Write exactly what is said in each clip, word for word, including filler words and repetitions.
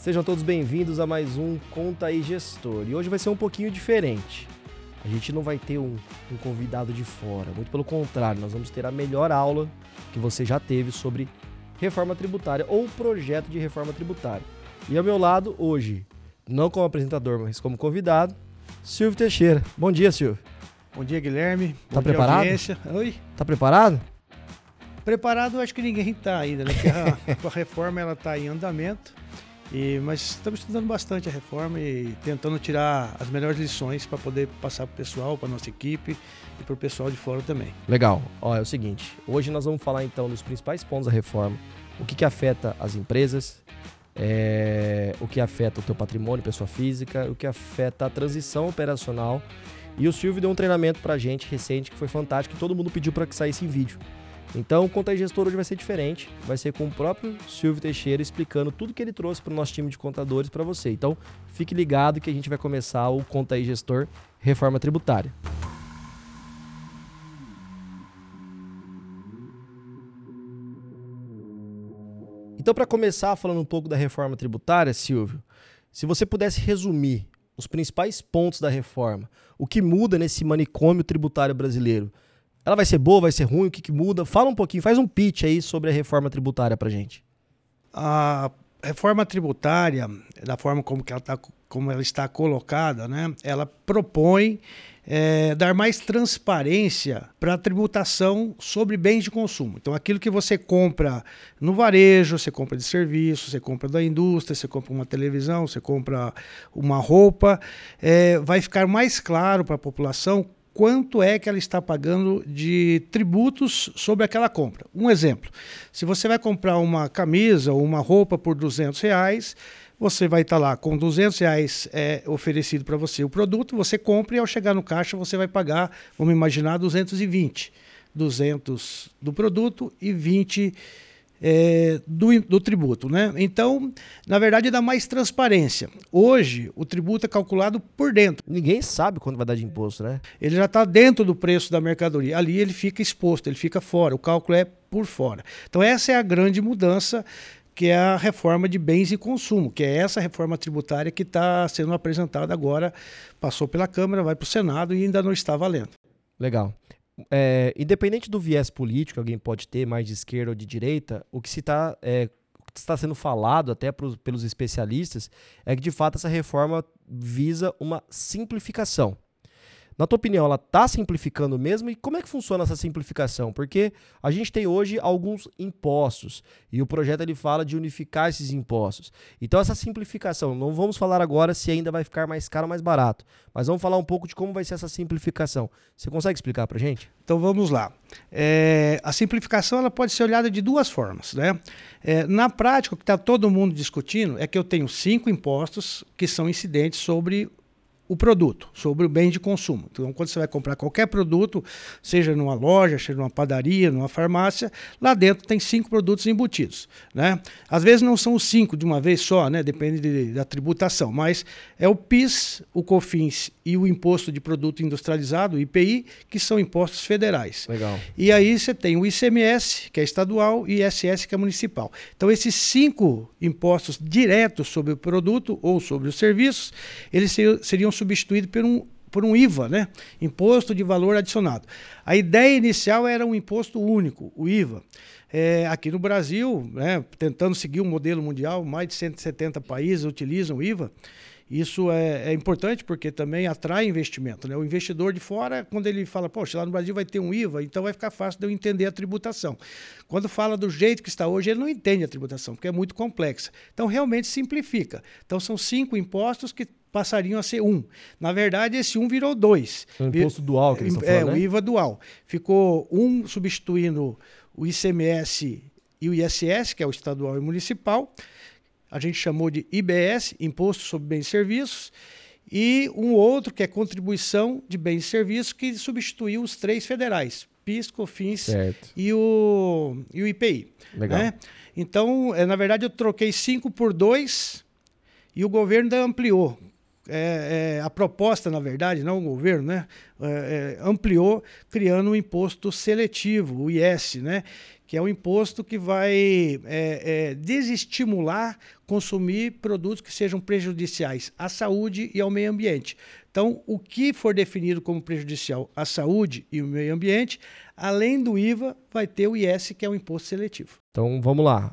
Sejam todos bem-vindos a mais um Conta aí Gestor. E hoje vai ser um pouquinho diferente. A gente não vai ter um, um convidado de fora, muito pelo contrário, nós vamos ter a melhor aula que você já teve sobre reforma tributária ou projeto de reforma tributária. E ao meu lado, hoje, não como apresentador, mas como convidado, Silvio Teixeira. Bom dia, Silvio. Bom dia, Guilherme. Tá preparado? Oi. Tá preparado? Preparado, acho que ninguém está ainda, né? Porque a, a reforma ela está em andamento, e, mas estamos estudando bastante a reforma e tentando tirar as melhores lições para poder passar para o pessoal, para nossa equipe e para o pessoal de fora também. Legal. Ó, é o seguinte, hoje nós vamos falar então dos principais pontos da reforma, o que, que afeta as empresas, é, o que afeta o teu patrimônio, pessoa física, o que afeta a transição operacional. E o Silvio deu um treinamento pra gente recente que foi fantástico e todo mundo pediu para que saísse em vídeo. Então o Conta aí Gestor hoje vai ser diferente, vai ser com o próprio Silvio Teixeira explicando tudo que ele trouxe para o nosso time de contadores para você. Então fique ligado que a gente vai começar o Conta aí Gestor Reforma Tributária. Então, para começar falando um pouco da reforma tributária, Silvio, se você pudesse resumir os principais pontos da reforma, o que muda nesse manicômio tributário brasileiro, ela vai ser boa, vai ser ruim, o que, que muda? Fala um pouquinho, faz um pitch aí sobre a reforma tributária pra gente. A reforma tributária, da forma como, que ela, tá, como ela está colocada, né, ela propõe é, dar mais transparência para a tributação sobre bens de consumo. Então, aquilo que você compra no varejo, você compra de serviço, você compra da indústria, você compra uma televisão, você compra uma roupa, é, vai ficar mais claro para a população quanto é que ela está pagando de tributos sobre aquela compra. Um exemplo, se você vai comprar uma camisa ou uma roupa por duzentos reais, você vai estar lá com duzentos reais é, oferecido para você o produto, você compra e ao chegar no caixa você vai pagar, vamos imaginar, duzentos e vinte. duzentos do produto e vinte É, do, do tributo, né? Então, na verdade, dá mais transparência. Hoje, o tributo é calculado por dentro. Ninguém sabe quanto vai dar de imposto, né? Ele já está dentro do preço da mercadoria. Ali ele fica exposto, ele fica fora. O cálculo é por fora. Então, essa é a grande mudança, que é a reforma de bens e consumo, que é essa reforma tributária que está sendo apresentada agora, passou pela Câmara, vai para o Senado e ainda não está valendo. Legal. É, independente do viés político, alguém pode ter mais de esquerda ou de direita, o que se está é, está sendo falado até pros, pelos especialistas é que de fato essa reforma visa uma simplificação. Na tua opinião, ela está simplificando mesmo? E como é que funciona essa simplificação? Porque a gente tem hoje alguns impostos e o projeto ele fala de unificar esses impostos. Então essa simplificação, não vamos falar agora se ainda vai ficar mais caro ou mais barato, mas vamos falar um pouco de como vai ser essa simplificação. Você consegue explicar para a gente? Então vamos lá. É, a simplificação ela pode ser olhada de duas formas, né? É, na prática, o que está todo mundo discutindo é que eu tenho cinco impostos que são incidentes sobre o produto, sobre o bem de consumo. Então, quando você vai comprar qualquer produto, seja numa loja, seja numa padaria, numa farmácia, lá dentro tem cinco produtos embutidos, né? Às vezes não são os cinco de uma vez só, né? Depende de, da tributação, mas é o PIS, o COFINS e o Imposto de Produto Industrializado, o I P I, que são impostos federais. Legal. E aí você tem o I C M S, que é estadual, e I S S, que é municipal. Então, esses cinco impostos diretos sobre o produto ou sobre os serviços, eles seriam substituído por um, por um I V A, né? Imposto de Valor Adicionado. A ideia inicial era um imposto único, o I V A. É, aqui no Brasil, né, tentando seguir o um modelo mundial, mais de cento e setenta países utilizam o I V A. Isso é, é importante porque também atrai investimento, né? O investidor de fora, quando ele fala, poxa, lá no Brasil vai ter um I V A, então vai ficar fácil de eu entender a tributação. Quando fala do jeito que está hoje, ele não entende a tributação, porque é muito complexa. Então, realmente simplifica. Então, são cinco impostos que passariam a ser um. Na verdade, esse um virou dois. É o imposto dual que eles estão falando, É, né? o I V A dual. Ficou um substituindo o I C M S e o I S S, que é o estadual e municipal. A gente chamou de I B S, Imposto sobre Bens e Serviços, e um outro que é Contribuição de Bens e Serviços, que substituiu os três federais, PIS, COFINS e o, e o I P I. Legal. Né? Então, é, na verdade, eu troquei cinco por dois e o governo ainda ampliou. É, é, a proposta, na verdade, não o governo, né, é, é, ampliou criando um imposto seletivo, o I S, né, que é o imposto que vai é, é, desestimular consumir produtos que sejam prejudiciais à saúde e ao meio ambiente. Então, o que for definido como prejudicial à saúde e ao meio ambiente, além do I V A, vai ter o I S, que é o imposto seletivo. Então, vamos lá.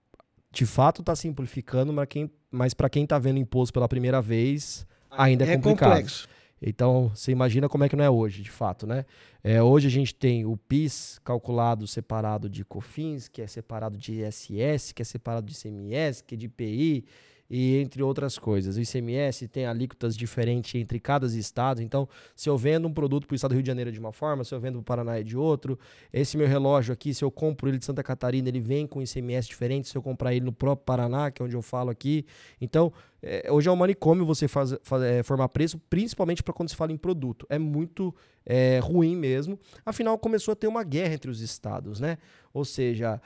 De fato, está simplificando, mas, quem, mas para quem está vendo imposto pela primeira vez, ainda é, é complicado. Complexo. Então, você imagina como é que não é hoje, de fato, né? É, hoje a gente tem o P I S calculado separado de COFINS, que é separado de I S S, que é separado de I C M S, que é de I P I, e entre outras coisas. O I C M S tem alíquotas diferentes entre cada estado. Então, se eu vendo um produto para o estado do Rio de Janeiro é de uma forma, se eu vendo para o Paraná é de outro. Esse meu relógio aqui, se eu compro ele de Santa Catarina, ele vem com I C M S diferente se eu comprar ele no próprio Paraná, que é onde eu falo aqui. Então, é, hoje é um manicômio você faz, faz, é, formar preço, principalmente para quando se fala em produto. É muito é, ruim mesmo. Afinal, começou a ter uma guerra entre os estados, né? Ou seja,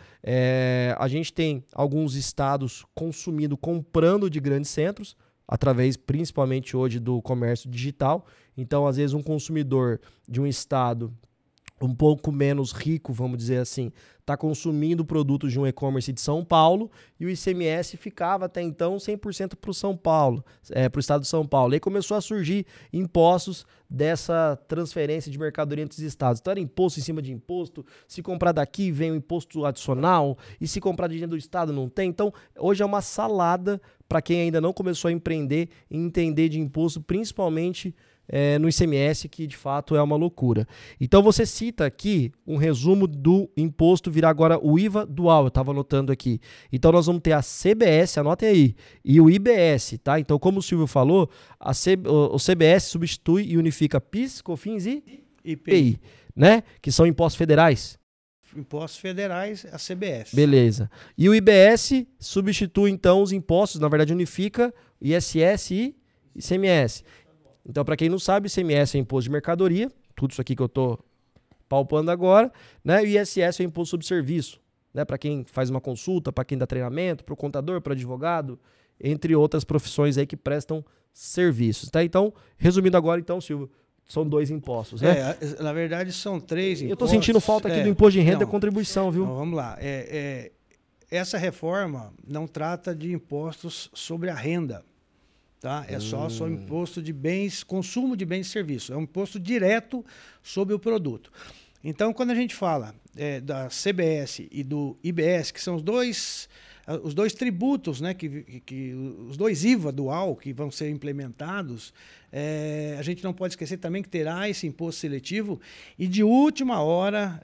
é, a gente tem alguns estados consumindo, comprando de grandes centros, através principalmente hoje do comércio digital. Então, às vezes, um consumidor de um estado um pouco menos rico, vamos dizer assim, está consumindo produtos de um e-commerce de São Paulo e o I C M S ficava até então cem por cento para o São Paulo, é, para o estado de São Paulo. E aí começou a surgir impostos dessa transferência de mercadoria entre os estados. Então era imposto em cima de imposto, se comprar daqui vem um imposto adicional e se comprar de dentro do estado não tem. Então hoje é uma salada para quem ainda não começou a empreender e entender de imposto, principalmente É, no I C M S, que de fato é uma loucura. Então você cita aqui um resumo do imposto virar agora o I V A dual, eu estava anotando aqui. Então nós vamos ter a C B S, anotem aí, e o I B S, tá? Então como o Silvio falou, a C, o, o C B S substitui e unifica P I S, COFINS e I P I, né? Que são impostos federais. Impostos federais, a C B S. Beleza. E o I B S substitui então os impostos, na verdade unifica I S S e I C M S. Então, para quem não sabe, I C M S é imposto de mercadoria, tudo isso aqui que eu estou palpando agora, né? E o I S S é imposto sobre serviço, né? Para quem faz uma consulta, para quem dá treinamento, para o contador, para o advogado, entre outras profissões aí que prestam serviços, tá? Então, resumindo agora, então, Silvio, são dois impostos, né? É, na verdade, são três impostos. Eu estou sentindo falta aqui é, do imposto de renda não, e contribuição, viu? Não, vamos lá. É, é, essa reforma não trata de impostos sobre a renda. Tá? É só, só imposto de bens, consumo de bens e serviços. É um imposto direto sobre o produto. Então, quando a gente fala é, da C B S e do I B S, que são os dois, os dois tributos, né, que, que, que, os dois I V A dual que vão ser implementados, é, a gente não pode esquecer também que terá esse imposto seletivo e, de última hora,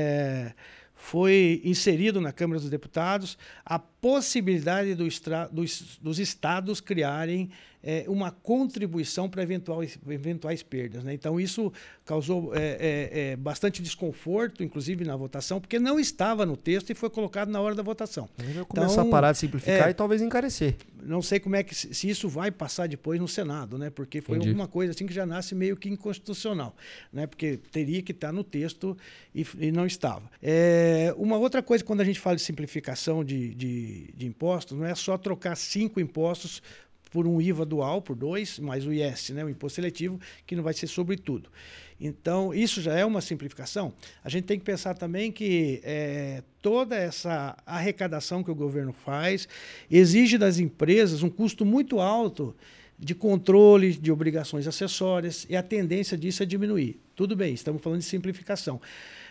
é, foi inserido na Câmara dos Deputados a possibilidade do extra, dos, dos estados criarem é, uma contribuição para eventuais, eventuais perdas, né? Então, isso causou é, é, é, bastante desconforto, inclusive na votação, porque não estava no texto e foi colocado na hora da votação. Vai começar então, a parar de simplificar é, e talvez encarecer. Não sei como é que se isso vai passar depois no Senado, né? Porque foi Entendi. Alguma coisa assim que já nasce meio que inconstitucional, né? Porque teria que estar no texto e, e não estava. É, uma outra coisa, quando a gente fala de simplificação de, de, de impostos, não é só trocar cinco impostos por um I V A dual, por dois, mais o I S, né, o imposto seletivo, que não vai ser sobre tudo. Então, isso já é uma simplificação. A gente tem que pensar também que é, toda essa arrecadação que o governo faz exige das empresas um custo muito alto de controle de obrigações acessórias e a tendência disso é diminuir. Tudo bem, estamos falando de simplificação.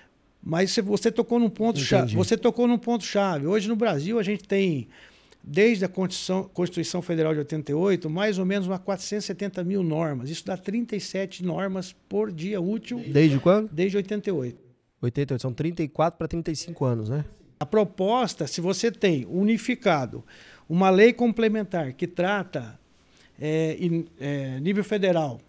Mas você tocou num ponto chave. Você tocou num ponto chave. Hoje no Brasil a gente tem, desde a Constituição, Constituição Federal de oitenta e oito, mais ou menos umas quatrocentas e setenta mil normas. Isso dá trinta e sete normas por dia útil. Desde quando? Desde oitenta e oito. oitenta e oito, são trinta e quatro para trinta e cinco anos, né? A proposta, se você tem unificado uma lei complementar que trata, é, em é, nível federal,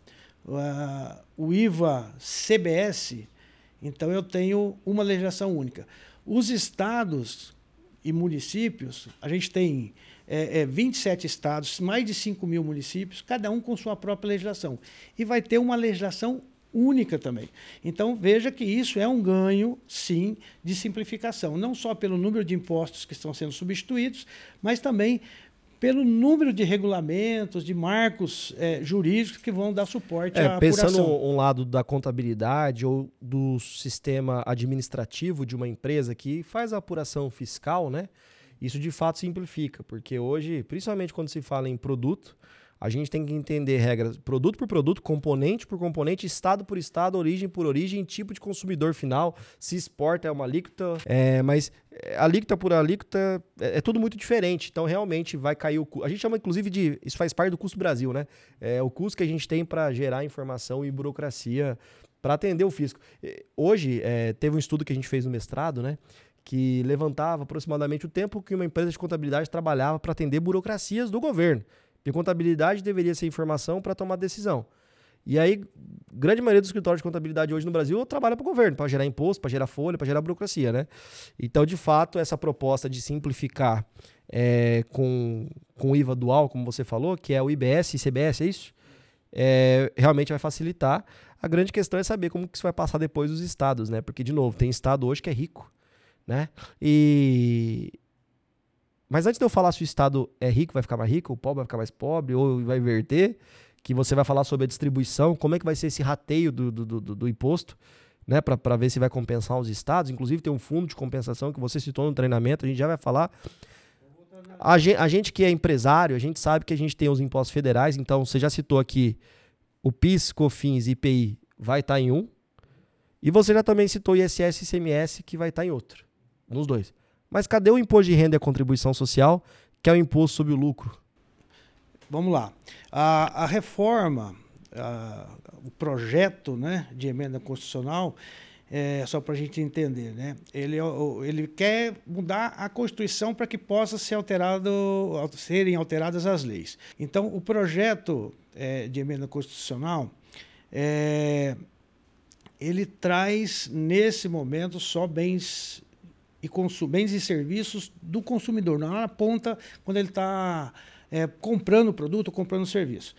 uh, o I V A C B S, então eu tenho uma legislação única. Os estados e municípios, a gente tem é, é, vinte e sete estados, mais de cinco mil municípios, cada um com sua própria legislação. E vai ter uma legislação única também. Então, veja que isso é um ganho, sim, de simplificação. Não só pelo número de impostos que estão sendo substituídos, mas também pelo número de regulamentos, de marcos é, jurídicos que vão dar suporte é, à apuração. Pensando um lado da contabilidade ou do sistema administrativo de uma empresa que faz a apuração fiscal, né? Isso de fato simplifica, porque hoje, principalmente quando se fala em produto, a gente tem que entender regras produto por produto, componente por componente, estado por estado, origem por origem, tipo de consumidor final, se exporta é uma alíquota, é, mas alíquota por alíquota é, é tudo muito diferente, então realmente vai cair o custo. A gente chama inclusive de, isso faz parte do custo Brasil, né? É o custo que a gente tem para gerar informação e burocracia para atender o fisco. Hoje, é, teve um estudo que a gente fez no mestrado, né? Que levantava aproximadamente o tempo que uma empresa de contabilidade trabalhava para atender burocracias do governo. Porque contabilidade deveria ser informação para tomar decisão. E aí, grande maioria dos escritórios de contabilidade hoje no Brasil trabalha para o governo, para gerar imposto, para gerar folha, para gerar burocracia, né? Então, de fato, essa proposta de simplificar é, com, com o I V A dual, como você falou, que é o I B S e I C B S, é isso? É, realmente vai facilitar. A grande questão é saber como que isso vai passar depois dos estados, né? Porque, de novo, tem estado hoje que é rico, né? E... Mas antes de eu falar se o estado é rico, vai ficar mais rico, o pobre vai ficar mais pobre, ou vai inverter, que você vai falar sobre a distribuição, como é que vai ser esse rateio do, do, do, do imposto, né, para ver se vai compensar os estados. Inclusive tem um fundo de compensação que você citou no treinamento, a gente já vai falar. A gente, a gente que é empresário, a gente sabe que a gente tem os impostos federais, então você já citou aqui o PIS, COFINS e I P I vai estar em um, e você já também citou I S S e I C M S que vai estar em outro, nos dois. Mas cadê o imposto de renda e a contribuição social, que é o imposto sobre o lucro? Vamos lá. A, a reforma, a, o projeto, né, de emenda constitucional, é, só para a gente entender, né, ele, ele quer mudar a Constituição para que possa ser alterado, serem alteradas as leis. Então, o projeto é, de emenda constitucional, é, ele traz, nesse momento, só bens... e bens e serviços do consumidor, não na ponta quando ele está é, comprando o produto ou comprando o serviço.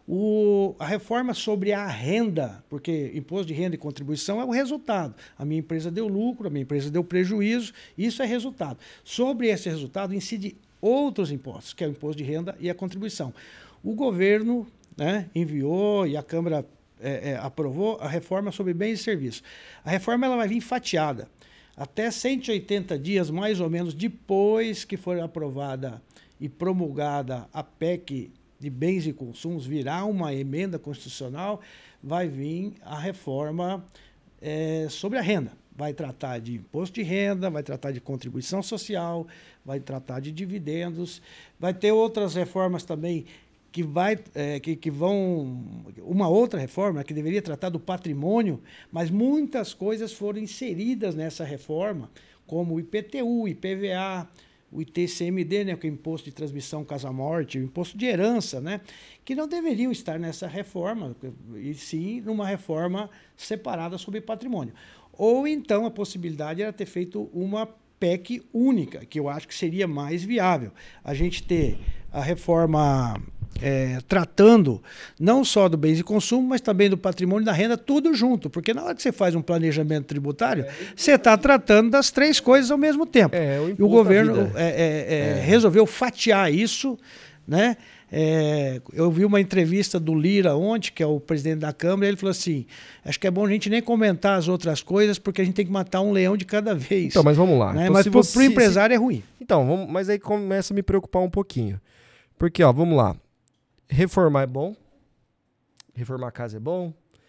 O, a reforma sobre a renda, porque imposto de renda e contribuição é o resultado. A minha empresa deu lucro, a minha empresa deu prejuízo, isso é resultado. Sobre esse resultado incide outros impostos, que é o imposto de renda e a contribuição. O governo, né, enviou e a Câmara é, é, aprovou a reforma sobre bens e serviços. A reforma ela vai vir fatiada. Até cento e oitenta dias, mais ou menos, depois que for aprovada e promulgada a P E C de bens e consumos, virá uma emenda constitucional, vai vir a reforma é, sobre a renda. Vai tratar de imposto de renda, vai tratar de contribuição social, vai tratar de dividendos, vai ter outras reformas também que, vai, é, que, que vão... Uma outra reforma que deveria tratar do patrimônio, mas muitas coisas foram inseridas nessa reforma, como o I P T U, o I P V A, o I T C M D, né, que é o Imposto de Transmissão Casa-Morte, o Imposto de Herança, né, que não deveriam estar nessa reforma, e sim numa reforma separada sobre patrimônio. Ou então a possibilidade era ter feito uma P E C única, que eu acho que seria mais viável. A gente ter a reforma... É, tratando não só do bens e consumo, mas também do patrimônio e da renda, tudo junto. Porque na hora que você faz um planejamento tributário, é, você está tratando das três coisas ao mesmo tempo. É, o e o governo é, é, é. resolveu fatiar isso, né? É, eu vi uma entrevista do Lira ontem, que é o presidente da Câmara, e ele falou assim, acho que é bom a gente nem comentar as outras coisas, porque a gente tem que matar um leão de cada vez. Então, mas vamos lá. Né? Então, mas para o empresário se... é ruim. Então, vamos, mas aí começa a me preocupar um pouquinho. Porque, ó, vamos lá. Reformar é bom, reformar a casa é bom,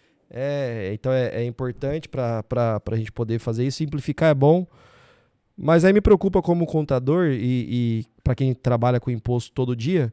é, então é, é importante para a gente poder fazer isso, simplificar é bom, mas aí me preocupa como contador e, e para quem trabalha com imposto todo dia,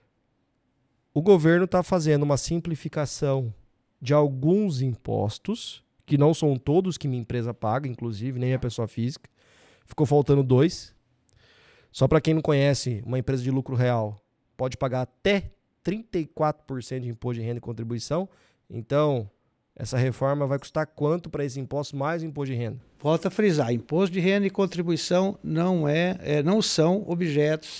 o governo está fazendo uma simplificação de alguns impostos, que não são todos que minha empresa paga, inclusive, nem a pessoa física, ficou faltando dois. Só para quem não conhece, uma empresa de lucro real pode pagar até trinta e quatro por cento de imposto de renda e contribuição. Então, essa reforma vai custar quanto para esse imposto mais o imposto de renda? Volto a frisar, imposto de renda e contribuição não, é, é, não são objetos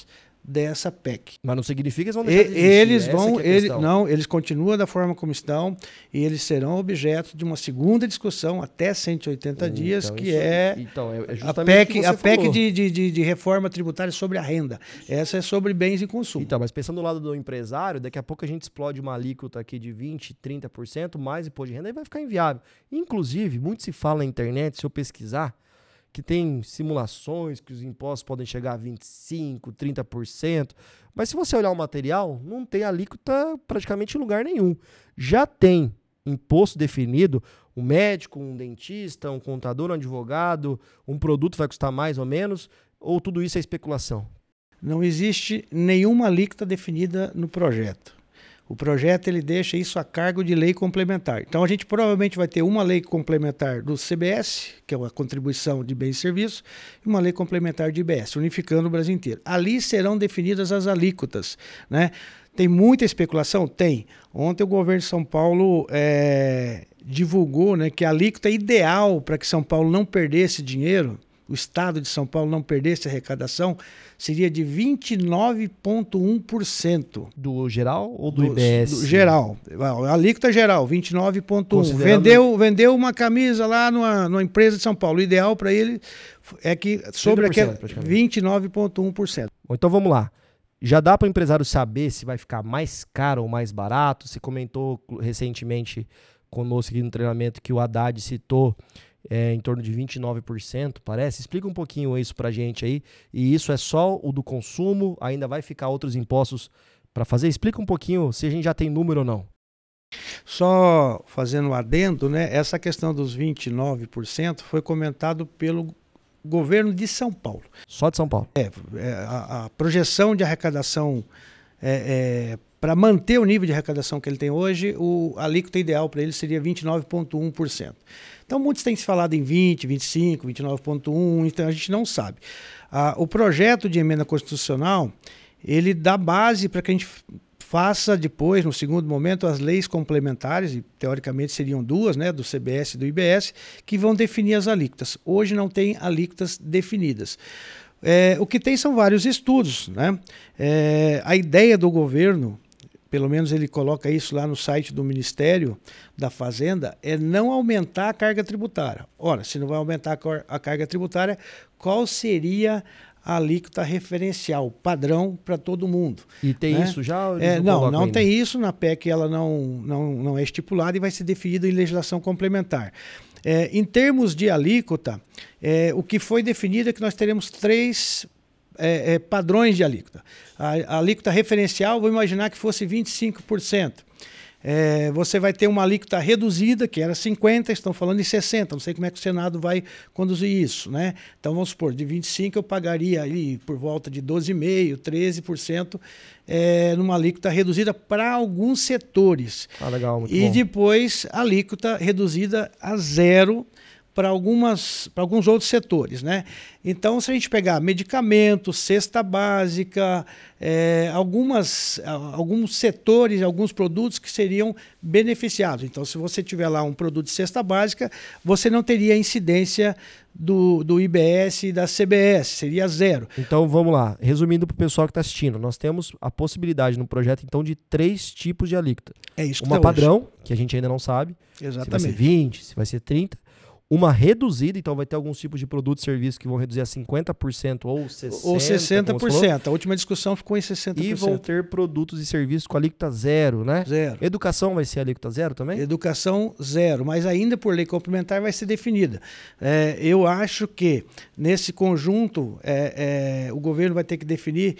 dessa P E C. Mas não significa que eles vão E, deixar de existir. eles Essa vão, que é a ele, questão. não, eles continuam da forma como estão e eles serão objeto de uma segunda discussão até cento e oitenta Então, dias, que isso- é então, é a justamente P E C, o que a você P E C falou. de, de, de, de reforma tributária sobre a renda. Essa é sobre bens e consumo. Então, mas pensando do lado do empresário, daqui a pouco a gente explode uma alíquota aqui de vinte, trinta por cento, mais imposto de renda, aí vai ficar inviável. Inclusive, muito se fala na internet, se eu pesquisar, que tem simulações que os impostos podem chegar a vinte e cinco por cento, trinta por cento, mas se você olhar o material, não tem alíquota praticamente em lugar nenhum. Já tem imposto definido, um médico, um dentista, um contador, um advogado, um produto vai custar mais ou menos, ou tudo isso é especulação? Não existe nenhuma alíquota definida no projeto. O projeto ele deixa isso a cargo de lei complementar. Então a gente provavelmente vai ter uma lei complementar do C B S, que é a contribuição de bens e serviços, e uma lei complementar de I B S, unificando o Brasil inteiro. Ali serão definidas as alíquotas, né? Tem muita especulação? Tem. Ontem o governo de São Paulo é, divulgou, né, que a alíquota ideal para que São Paulo não perdesse dinheiro, o estado de São Paulo não perdesse arrecadação, seria de vinte e nove vírgula um por cento. Do geral ou do, Do, I B S? do geral. A alíquota geral, vinte e nove vírgula um por cento. Considerando- Vendeu, vendeu uma camisa lá numa, numa empresa de São Paulo. O ideal para ele é que sobre trinta por cento aquele praticamente. vinte e nove vírgula um por cento. Bom, então vamos lá. Já dá para o empresário saber se vai ficar mais caro ou mais barato? Você comentou recentemente conosco aqui no treinamento que o Haddad citou é, em torno de vinte e nove por cento, parece. Explica um pouquinho isso para a gente aí. E isso é só o do consumo? Ainda vai ficar outros impostos para fazer? Explica um pouquinho se a gente já tem número ou não. Só fazendo um adendo, né? Essa questão dos vinte e nove por cento foi comentado pelo governo de São Paulo. Só de São Paulo. É, é, a, a projeção de arrecadação é, é, para manter o nível de arrecadação que ele tem hoje, o a alíquota ideal para ele seria vinte e nove vírgula um por cento. Então, muitos têm se falado em vinte, vinte e cinco, vinte e nove vírgula um, então a gente não sabe. Ah, o projeto de emenda constitucional, ele dá base para que a gente faça depois, no segundo momento, as leis complementares, e teoricamente seriam duas, né, do C B S e do I B S, que vão definir as alíquotas. Hoje não tem alíquotas definidas. É, o que tem são vários estudos, né? É, a ideia do governo, pelo menos ele coloca isso lá no site do Ministério da Fazenda, é não aumentar a carga tributária. Ora, se não vai aumentar a, cor- a carga tributária, qual seria a alíquota referencial, padrão para todo mundo? E tem né? isso já? Ou eles É, não, colocam não ainda? tem isso na P E C, ela não, não, não é estipulada e vai ser definido em legislação complementar. É, em termos de alíquota, é, o que foi definido é que nós teremos três é, é, padrões de alíquota. A, a alíquota referencial, vou imaginar que fosse vinte e cinco por cento. É, você vai ter uma alíquota reduzida, que era cinquenta por cento, estão falando em sessenta por cento. Não sei como é que o Senado vai conduzir isso, né? Então, vamos supor, de vinte e cinco por cento eu pagaria ali por volta de doze vírgula cinco por cento, treze por cento é, numa alíquota reduzida para alguns setores. Ah, legal, muito E bom. depois a alíquota reduzida a zero para algumas para alguns outros setores, né? Então, se a gente pegar medicamentos, cesta básica, é, algumas, alguns setores, alguns produtos que seriam beneficiados. Então, se você tiver lá um produto de cesta básica, você não teria incidência do, do I B S e da C B S, seria zero. Então vamos lá, resumindo para o pessoal que está assistindo, nós temos a possibilidade no projeto então de três tipos de alíquota. É isso que Uma tá hoje. padrão, que a gente ainda não sabe, se vai ser Exatamente. vinte, se vai ser trinta. Uma reduzida, então vai ter alguns tipos de produtos e serviços que vão reduzir a cinquenta por cento ou sessenta por cento. Ou sessenta por como você falou. cento. A última discussão ficou em sessenta por cento. E vão ter produtos e serviços com alíquota zero, né? Zero. Educação vai ser alíquota zero também? Educação zero, mas ainda por lei complementar vai ser definida. É, eu acho que nesse conjunto é, é, o governo vai ter que definir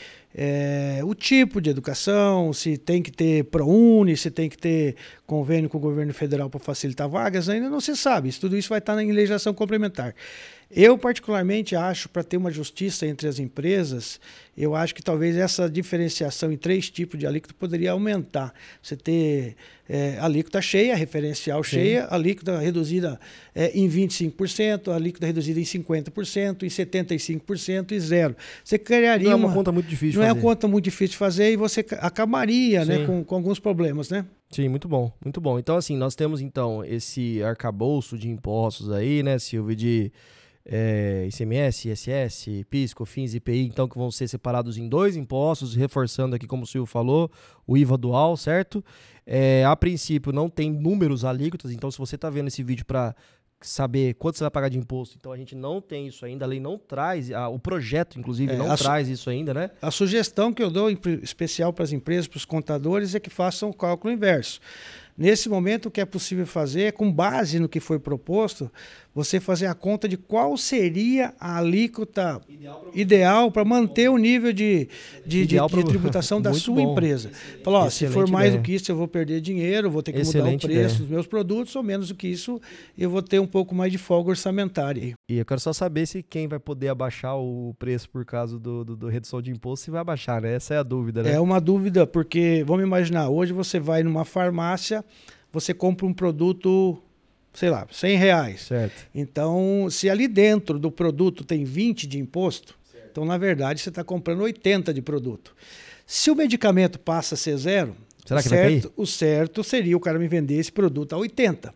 é, o tipo de educação, se tem que ter ProUni, se tem que ter convênio com o governo federal para facilitar vagas, ainda não se sabe. Isso, tudo isso vai estar em legislação complementar. Eu, particularmente, acho, para ter uma justiça entre as empresas, eu acho que talvez essa diferenciação em três tipos de alíquota poderia aumentar. Você ter é, alíquota cheia, referencial Sim. cheia, alíquota reduzida é, em vinte e cinco por cento, alíquota reduzida em cinquenta por cento, em setenta e cinco por cento e zero. Você criaria Não é uma, uma conta muito difícil de Não é fazer. uma conta muito difícil de fazer e você acabaria, né, Sim. com, com alguns problemas, né? Sim, muito bom, muito bom. Então, assim, nós temos então esse arcabouço de impostos aí, né, Silvio, de é, I C M S, I S S, PIS, COFINS, I P I, então que vão ser separados em dois impostos, reforçando aqui, como o Silvio falou, o I V A dual, certo? É, a princípio não tem números alíquotas, então se você está vendo esse vídeo para saber quanto você vai pagar de imposto, então a gente não tem isso ainda, a lei não traz, a, o projeto inclusive é, não traz isso ainda, né? A sugestão que eu dou em especial para as empresas, para os contadores, é que façam o cálculo inverso. Nesse momento, o que é possível fazer é, com base no que foi proposto, você fazer a conta de qual seria a alíquota ideal para manter o nível de, de, de, de tributação da sua bom. empresa. Falar, ó, se for mais ideia. do que isso, eu vou perder dinheiro, vou ter que Excelente mudar o preço ideia. dos meus produtos, ou menos do que isso, eu vou ter um pouco mais de folga orçamentária. E eu quero só saber se quem vai poder abaixar o preço por causa do, do, do redução de imposto, se vai abaixar, né? Essa é a dúvida, né? É uma dúvida, porque, vamos imaginar, hoje você vai numa farmácia, você compra um produto, sei lá, cem reais. Certo. Então, se ali dentro do produto tem vinte de imposto, certo. então, na verdade, você está comprando oitenta de produto. Se o medicamento passa a ser zero, será que certo, vai cair? O certo seria o cara me vender esse produto a oitenta.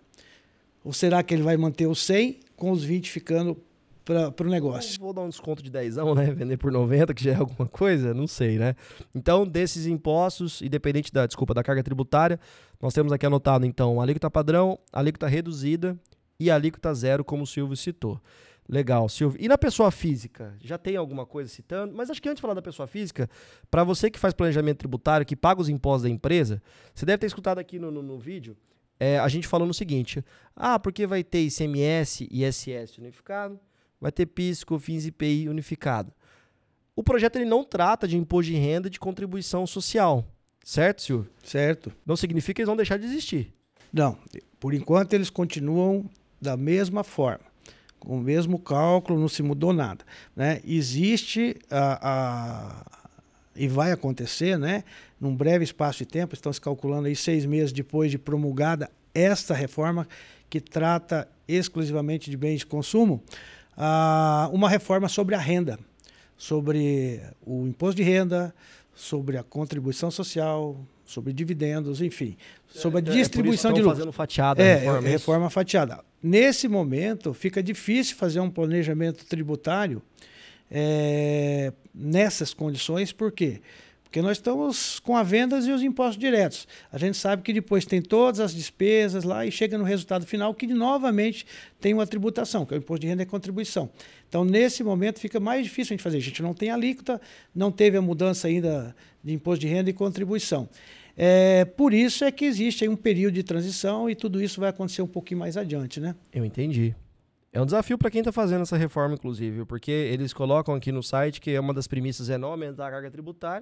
Ou será que ele vai manter os cem com os vinte ficando para o negócio? Eu vou dar um desconto de dezão, né? Vender por noventa, que já é alguma coisa? Não sei, né? Então, desses impostos, independente da, desculpa, da carga tributária, nós temos aqui anotado, então, alíquota padrão, alíquota reduzida e alíquota zero, como o Silvio citou. Legal, Silvio. E na pessoa física? Já tem alguma coisa citando? Mas acho que antes de falar da pessoa física, para você que faz planejamento tributário, que paga os impostos da empresa, você deve ter escutado aqui no, no, no vídeo, é, a gente falando o seguinte, ah, porque vai ter I C M S e I S S unificado, vai ter PIS, COFINS e I P I unificado. O projeto ele não trata de imposto de renda e de contribuição social, certo, Silvio? Certo. Não significa que eles vão deixar de existir. Não, por enquanto eles continuam da mesma forma, com o mesmo cálculo, não se mudou nada, né? Existe a, a, e vai acontecer, né? Num breve espaço de tempo, estão se calculando aí seis meses depois de promulgada esta reforma que trata exclusivamente de bens de consumo, Uh, uma reforma sobre a renda, sobre o imposto de renda, sobre a contribuição social, sobre dividendos, enfim, sobre a distribuição é, é de lucros. Fazendo fatiada, é, reforma, é reforma fatiada. Nesse momento, fica difícil fazer um planejamento tributário é, nessas condições, por quê? Porque nós estamos com as vendas e os impostos diretos. A gente sabe que depois tem todas as despesas lá e chega no resultado final que novamente tem uma tributação, que é o imposto de renda e contribuição. Então, nesse momento, fica mais difícil a gente fazer. A gente não tem alíquota, não teve a mudança ainda de imposto de renda e contribuição. É, por isso é que existe aí um período de transição e tudo isso vai acontecer um pouquinho mais adiante, né? Eu entendi. É um desafio para quem está fazendo essa reforma, inclusive, porque eles colocam aqui no site que uma das premissas é não aumentar a carga tributária.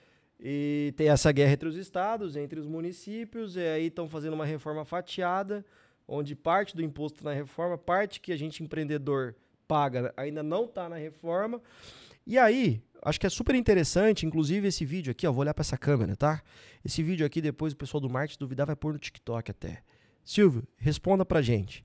E tem essa guerra entre os estados, entre os municípios, e aí estão fazendo uma reforma fatiada, onde parte do imposto na reforma, parte que a gente empreendedor paga ainda não está na reforma. E aí, acho que é super interessante, inclusive esse vídeo aqui, ó, vou olhar para essa câmera, tá? Esse vídeo aqui, depois o pessoal do marketing duvidar vai pôr no TikTok até. Silvio, responda pra gente.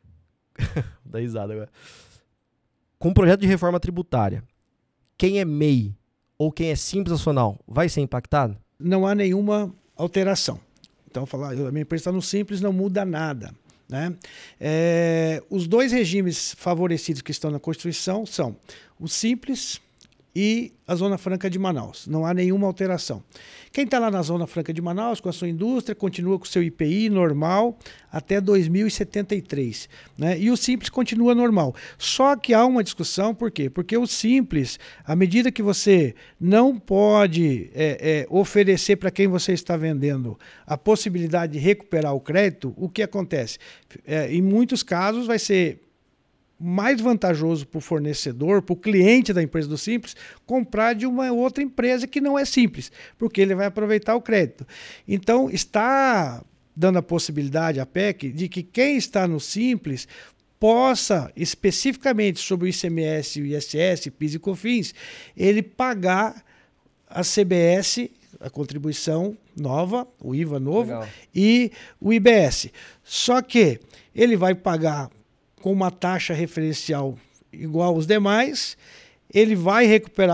Dá risada agora. Com o projeto de reforma tributária, quem é M E I ou quem é simples nacional vai ser impactado? Não há nenhuma alteração. Então, falar, a minha empresa está no simples, não muda nada, né? É, os dois regimes favorecidos que estão na Constituição são o simples e a Zona Franca de Manaus. Não há nenhuma alteração. Quem está lá na Zona Franca de Manaus, com a sua indústria, continua com o seu I P I normal até dois mil e setenta e três. Né? E o Simples continua normal. Só que há uma discussão, por quê? Porque o Simples, à medida que você não pode é, é, oferecer para quem você está vendendo a possibilidade de recuperar o crédito, o que acontece? É, em muitos casos vai ser mais vantajoso para o fornecedor, para o cliente da empresa do Simples, comprar de uma outra empresa que não é Simples, porque ele vai aproveitar o crédito. Então, está dando a possibilidade à P E C de que quem está no Simples possa, especificamente sobre o I C M S, o I S S, PIS e COFINS, ele pagar a C B S, a contribuição nova, o I V A novo, Legal. E o I B S. Só que ele vai pagar com uma taxa referencial igual aos demais, ele vai recuperar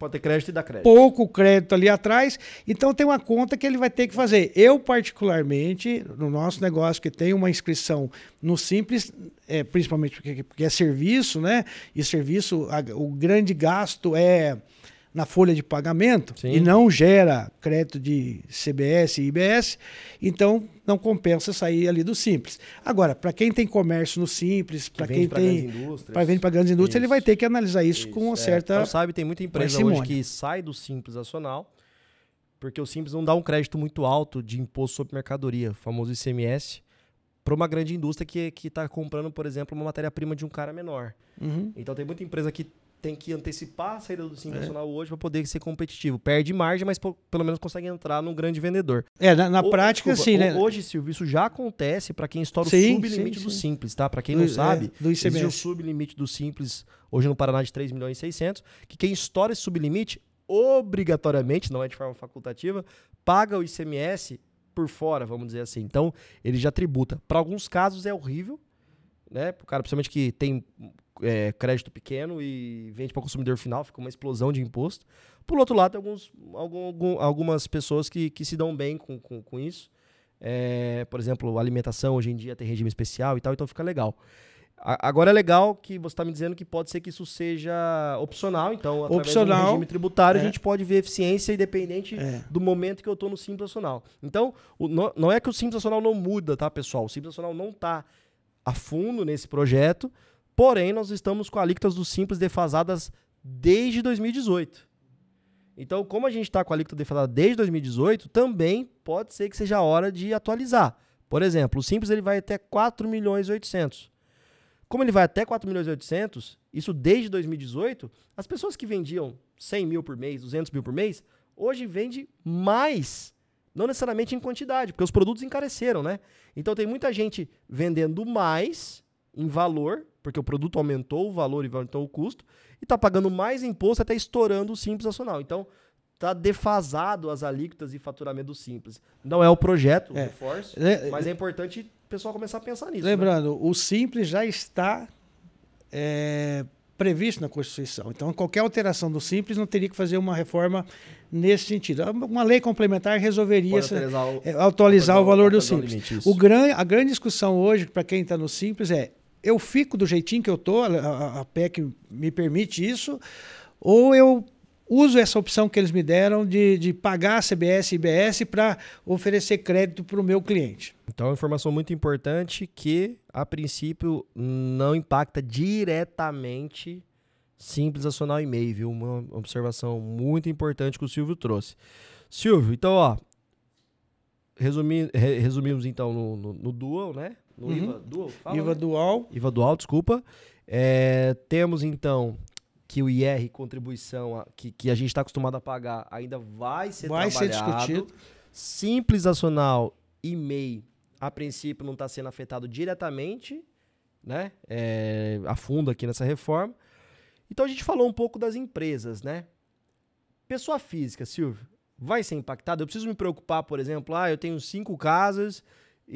Pode ter crédito e dar crédito. Pouco crédito ali atrás, então tem uma conta que ele vai ter que fazer. Eu, particularmente, no nosso negócio que tem uma inscrição no Simples, é, principalmente porque, porque é serviço, né? E serviço, a, o grande gasto é na folha de pagamento. Sim. E não gera crédito de C B S e I B S, então não compensa sair ali do Simples. Agora, para quem tem comércio no Simples, para quem tem para vender para grandes indústrias, isso. Ele vai ter que analisar isso, isso. com uma é. certa Então, sabe, tem muita empresa parcimônia. Hoje que sai do Simples Nacional, porque o Simples não dá um crédito muito alto de imposto sobre mercadoria, o famoso I C M S, para uma grande indústria que que está comprando, por exemplo, uma matéria-prima de um cara menor. Uhum. Então tem muita empresa que tem que antecipar a saída do Simples é. Nacional hoje para poder ser competitivo. Perde margem, mas pô, pelo menos consegue entrar num grande vendedor. É, na, na o, prática, desculpa, sim, né? Hoje, Silvio, isso já acontece para quem estoura sim, o sublimite sim, do sim. Simples, tá? Para quem não do, sabe, é, do I C M S. Existe o sublimite do Simples, hoje no Paraná, de três milhões e seiscentos, que quem estoura esse sublimite, obrigatoriamente, não é de forma facultativa, paga o I C M S por fora, vamos dizer assim. Então, ele já tributa. Para alguns casos é horrível, né? O cara, principalmente que tem é, crédito pequeno e vende para consumidor final, fica uma explosão de imposto. Por outro lado, tem alguns, algum, algumas pessoas que, que se dão bem com, com, com isso. É, por exemplo, a alimentação hoje em dia tem regime especial e tal, então fica legal. A, agora é legal que você está me dizendo que pode ser que isso seja opcional, então através opcional, do regime tributário é. a gente pode ver eficiência independente é. do momento que eu estou no Simples Nacional. Então, o, não, não é que o Simples Nacional não muda, tá, pessoal? O Simples Nacional não está a fundo nesse projeto, porém nós estamos com alíquotas do Simples defasadas desde dois mil e dezoito. Então, como a gente está com a alíquota defasada desde dois mil e dezoito, também pode ser que seja a hora de atualizar. Por exemplo, o Simples ele vai até quatro milhões e oitocentos. Como ele vai até quatro milhões e oitocentos, isso desde dois mil e dezoito, as pessoas que vendiam cem mil por mês, duzentos mil por mês, hoje vende mais. Não necessariamente em quantidade, porque os produtos encareceram, né? Então tem muita gente vendendo mais em valor, porque o produto aumentou o valor e aumentou o custo, e está pagando mais imposto até estourando o Simples Nacional. Então está defasado as alíquotas e faturamento do Simples. Não é o projeto, o é. reforço, é, mas é importante o pessoal começar a pensar nisso. Lembrando, né? o Simples já está é, previsto na Constituição. Então, qualquer alteração do Simples não teria que fazer uma reforma nesse sentido. Uma lei complementar resolveria essa, atualizar, o, é, atualizar o valor do Simples. O gran, a grande discussão hoje, para quem está no Simples, é: eu fico do jeitinho que eu estou, a, a P E C me permite isso, ou eu uso essa opção que eles me deram de, de pagar C B S e I B S para oferecer crédito para o meu cliente. Então, é uma informação muito importante que, a princípio, não impacta diretamente Simples Nacional e M E I, viu? Uma observação muito importante que o Silvio trouxe. Silvio, então, ó, resumi, re, resumimos então no, no, no Dual, né? No uhum. I V A Dual. Fala, I V A né? Dual. I V A Dual, desculpa. É, temos, então, que o I R, contribuição, que, que a gente está acostumado a pagar, ainda vai ser vai trabalhado. Ser discutido. Simples Nacional e M E I, a princípio, não está sendo afetado diretamente, né? É, a fundo aqui nessa reforma. Então, a gente falou um pouco das empresas, né? Pessoa física, Silvio, vai ser impactada? Eu preciso me preocupar, por exemplo, ah, eu tenho cinco casas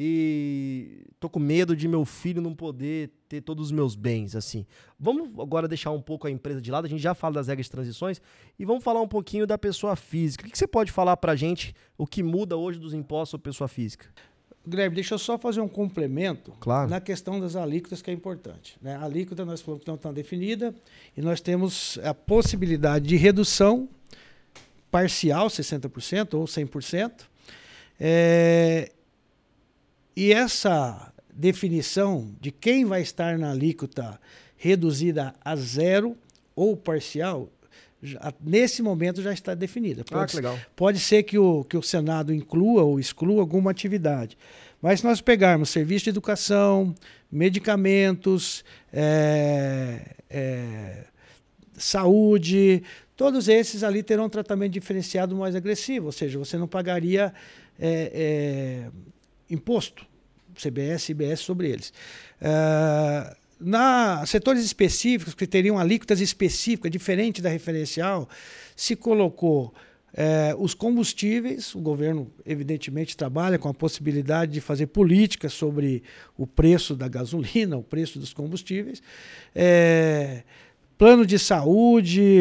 e tô com medo de meu filho não poder ter todos os meus bens, assim. Vamos agora deixar um pouco a empresa de lado, a gente já fala das regras de transições e vamos falar um pouquinho da pessoa física. O que você pode falar pra gente, o que muda hoje dos impostos sobre pessoa física? Guilherme, deixa eu só fazer um complemento claro. na questão das alíquotas, que é importante. Né? A alíquota nós falamos que não está definida e nós temos a possibilidade de redução parcial, sessenta por cento ou cem por cento. É... E essa definição de quem vai estar na alíquota reduzida a zero ou parcial, já, nesse momento já está definida. Pode, ah, que legal. Pode ser que o, que o Senado inclua ou exclua alguma atividade. Mas se nós pegarmos serviço de educação, medicamentos, é, é, saúde, todos esses ali terão um tratamento diferenciado mais agressivo, ou seja, você não pagaria é, é, imposto, C B S e I B S sobre eles. Uh, na setores específicos, que teriam alíquotas específicas, diferente da referencial, se colocou eh, os combustíveis. O governo, evidentemente, trabalha com a possibilidade de fazer políticas sobre o preço da gasolina, o preço dos combustíveis. Eh, plano de saúde,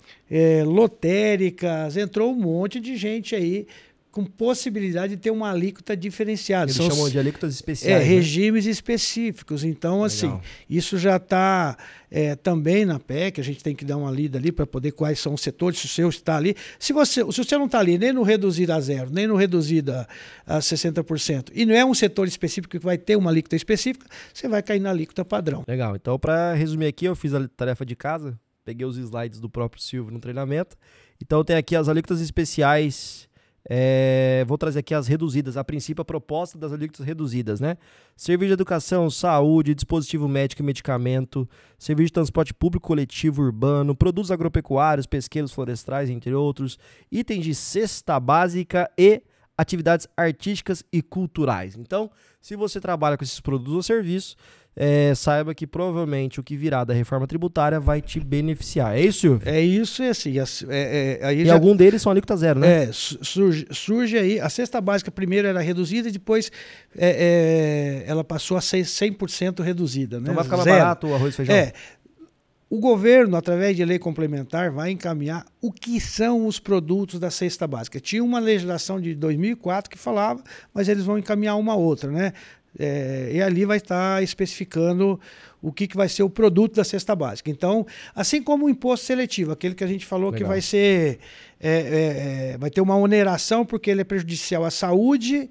é, lotéricas, entrou um monte de gente aí com possibilidade de ter uma alíquota diferenciada. Eles São chamam os, de alíquotas é, especiais. regimes né? específicos. Então, Legal. assim, isso já está é, também na P E C, a gente tem que dar uma lida ali para poder quais são os setores, se o seu está ali. Se você, se você não está ali nem no reduzido a zero, nem no reduzido a, a sessenta por cento, e não é um setor específico que vai ter uma alíquota específica, você vai cair na alíquota padrão. Legal. Então, para resumir aqui, eu fiz a tarefa de casa, peguei os slides do próprio Silvio no treinamento. Então, tem aqui as alíquotas especiais. É, vou trazer aqui as reduzidas. A princípio, a proposta das alíquotas reduzidas, né? Serviço de educação, saúde, dispositivo médico e medicamento, serviço de transporte público coletivo urbano, produtos agropecuários, pesqueiros florestais, entre outros, itens de cesta básica e atividades artísticas e culturais. Então, se você trabalha com esses produtos ou serviços, é, saiba que provavelmente o que virá da reforma tributária vai te beneficiar. É isso, Silvio? É isso e assim. É, é, aí e já, algum deles são alíquota zero, né? É, surge, surge aí. A cesta básica primeiro era reduzida e depois é, é, ela passou a ser cem por cento reduzida. Né? Então vai ficar mais Zero. barato o arroz e feijão? É. O governo, através de lei complementar, vai encaminhar o que são os produtos da cesta básica. Tinha uma legislação de dois mil e quatro que falava, mas eles vão encaminhar uma outra, né? É, e ali vai estar especificando o que, que vai ser o produto da cesta básica. Então, assim como o imposto seletivo, aquele que a gente falou Legal. que vai ser, é, é, vai ter uma oneração porque ele é prejudicial à saúde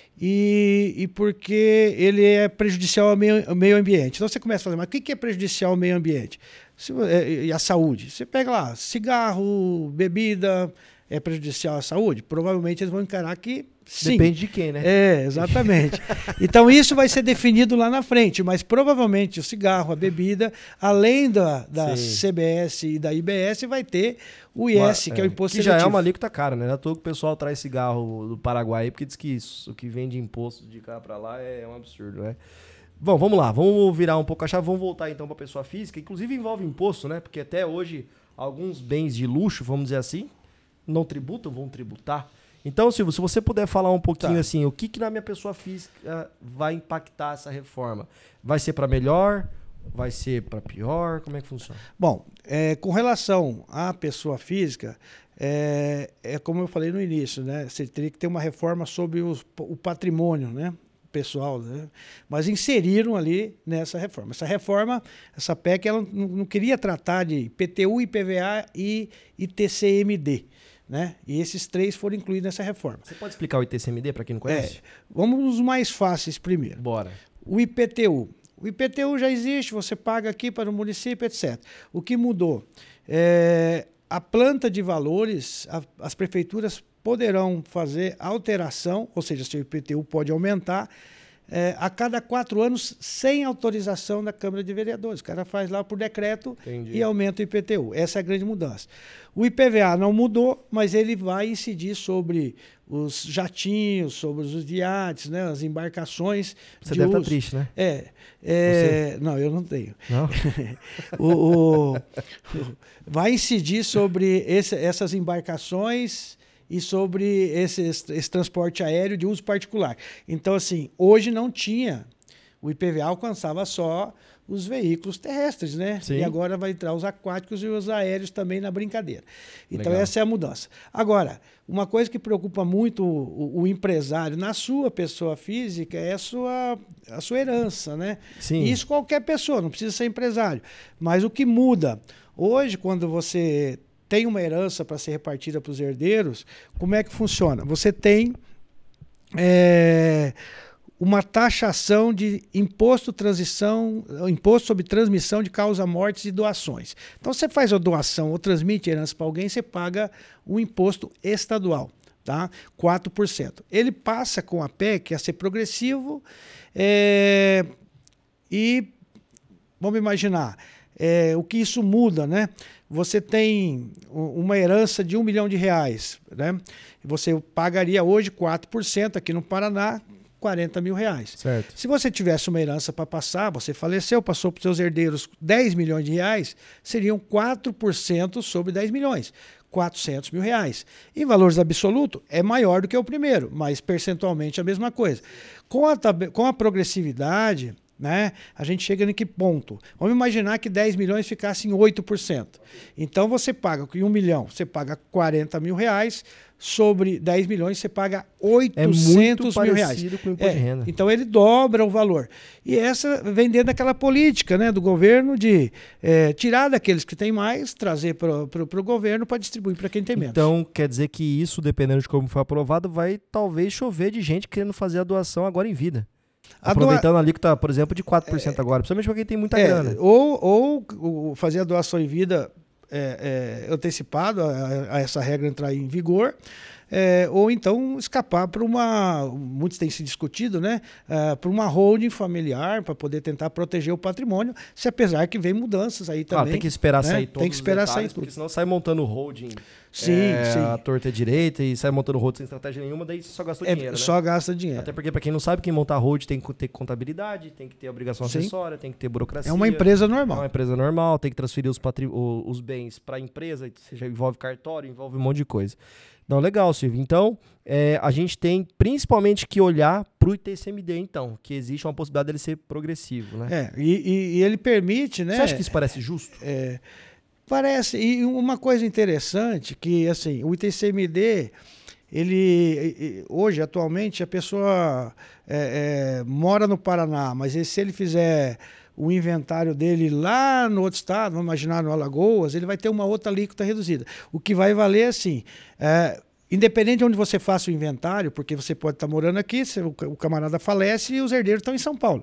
e, e porque ele é prejudicial ao meio, ao meio ambiente. Então você começa a falar, mas o que, que é prejudicial ao meio ambiente? Se, é, e à saúde? Você pega lá, cigarro, bebida, é prejudicial à saúde? Provavelmente eles vão encarar que sim. Depende de quem, né? É, exatamente. Então isso vai ser definido lá na frente, mas provavelmente o cigarro, a bebida, além da, da C B S e da I B S, vai ter o I S, uma, que é o imposto que seletivo. já é uma alíquota cara, né? Não é à toa que o pessoal traz cigarro do Paraguai, porque diz que isso, o que vem de imposto de cá para lá é um absurdo, né? Bom, vamos lá, vamos virar um pouco a chave, vamos voltar então para a pessoa física, inclusive envolve imposto, né? Porque até hoje alguns bens de luxo, vamos dizer assim, não tributam, vão tributar. Então, Silvio, se você puder falar um pouquinho tá. assim, o que, que na minha pessoa física vai impactar essa reforma? Vai ser para melhor? Vai ser para pior? Como é que funciona? Bom, é, com relação à pessoa física, é, é como eu falei no início, né? Você teria que ter uma reforma sobre os, o patrimônio, né? pessoal, né? Mas inseriram ali nessa reforma. Essa reforma, essa P E C, ela não, não queria tratar de I P T U, I P V A e I T C M D. Né? E esses três foram incluídos nessa reforma. Você pode explicar o I T C M D para quem não conhece? É, vamos nos mais fáceis primeiro. Bora. O I P T U. O I P T U já existe, você paga aqui para o município, etcétera. O que mudou? É, a planta de valores, a, as prefeituras poderão fazer alteração, ou seja, se o I P T U pode aumentar, é, a cada quatro anos sem autorização da Câmara de Vereadores. O cara faz lá por decreto Entendi. E aumenta o I P T U. Essa é a grande mudança. O I P V A não mudou, mas ele vai incidir sobre os jatinhos, sobre os iates, né, as embarcações. Você de deve uso. estar triste, né? É. é não, eu não tenho. Não? o, o, vai incidir sobre esse, essas embarcações e sobre esse, esse transporte aéreo de uso particular. Então, assim, hoje não tinha, o I P V A alcançava só os veículos terrestres, né? Sim. E agora vai entrar os aquáticos e os aéreos também na brincadeira. Então, Legal. Essa é a mudança. Agora, uma coisa que preocupa muito o, o empresário na sua pessoa física é a sua, a sua herança, né? Sim. E isso qualquer pessoa, não precisa ser empresário. Mas o que muda, hoje, quando você tem uma herança para ser repartida para os herdeiros, como é que funciona? Você tem é, uma taxação de imposto transição, imposto sobre transmissão de causa-mortes e doações. Então, você faz a doação ou transmite a herança para alguém, você paga um imposto estadual, tá? quatro por cento. Ele passa com a P E C a ser progressivo é, e, vamos imaginar, é, o que isso muda, né? Você tem uma herança de um milhão de reais, né? Você pagaria hoje quatro por cento aqui no Paraná, quarenta mil reais. Certo. Se você tivesse uma herança para passar, você faleceu, passou para os seus herdeiros dez milhões de reais, seriam quatro por cento sobre dez milhões, quatrocentos mil reais. Em valores absolutos, é maior do que o primeiro, mas percentualmente a mesma coisa. Com a, com a progressividade, né? A gente chega em que ponto? Vamos imaginar que dez milhões ficassem oito por cento. Então você paga, com um milhão, você paga quarenta mil reais, sobre dez milhões você paga oitocentos mil reais. Com o imposto de renda. Então ele dobra o valor. E essa vem dentro daquela política, né, do governo de é, tirar daqueles que têm mais, trazer para o governo para distribuir para quem tem menos. Então quer dizer que isso, dependendo de como for aprovado, vai talvez chover de gente querendo fazer a doação agora em vida. A Aproveitando doa... ali que está, por exemplo, de quatro por cento é, agora, principalmente para quem tem muita é, grana. Ou, ou, ou fazer a doação em vida é, é, antecipado a, a essa regra entrar em vigor. É, ou então escapar para uma, muitos têm se discutido, né, uh, para uma holding familiar, para poder tentar proteger o patrimônio, se apesar que vem mudanças aí também. Ah, tem que esperar né? sair todos Tem que esperar os detalhes, sair tudo. Porque senão sai montando holding sim, é, sim. a torta direita e sai montando holding sem estratégia nenhuma, daí você só gastou é, dinheiro, né? Só gasta dinheiro. Até porque para quem não sabe, quem montar holding tem que ter contabilidade, tem que ter obrigação sim. acessória, tem que ter burocracia. É uma empresa normal. É uma empresa normal, tem que transferir os, patri... os bens para a empresa, seja envolve cartório, envolve um monte de coisa. Não, legal, Silvio. Então, é, a gente tem principalmente que olhar para o I T C M D, então, que existe uma possibilidade dele ser progressivo, né? É, e, e, e ele permite, né? Você acha que isso parece justo? É, parece. E uma coisa interessante que, assim, o I T C M D, ele, hoje, atualmente, a pessoa é, é, mora no Paraná, mas se ele fizer o inventário dele lá no outro estado, vamos imaginar no Alagoas, ele vai ter uma outra alíquota reduzida. O que vai valer assim, é, independente de onde você faça o inventário, porque você pode estar morando aqui, o camarada falece e os herdeiros estão em São Paulo.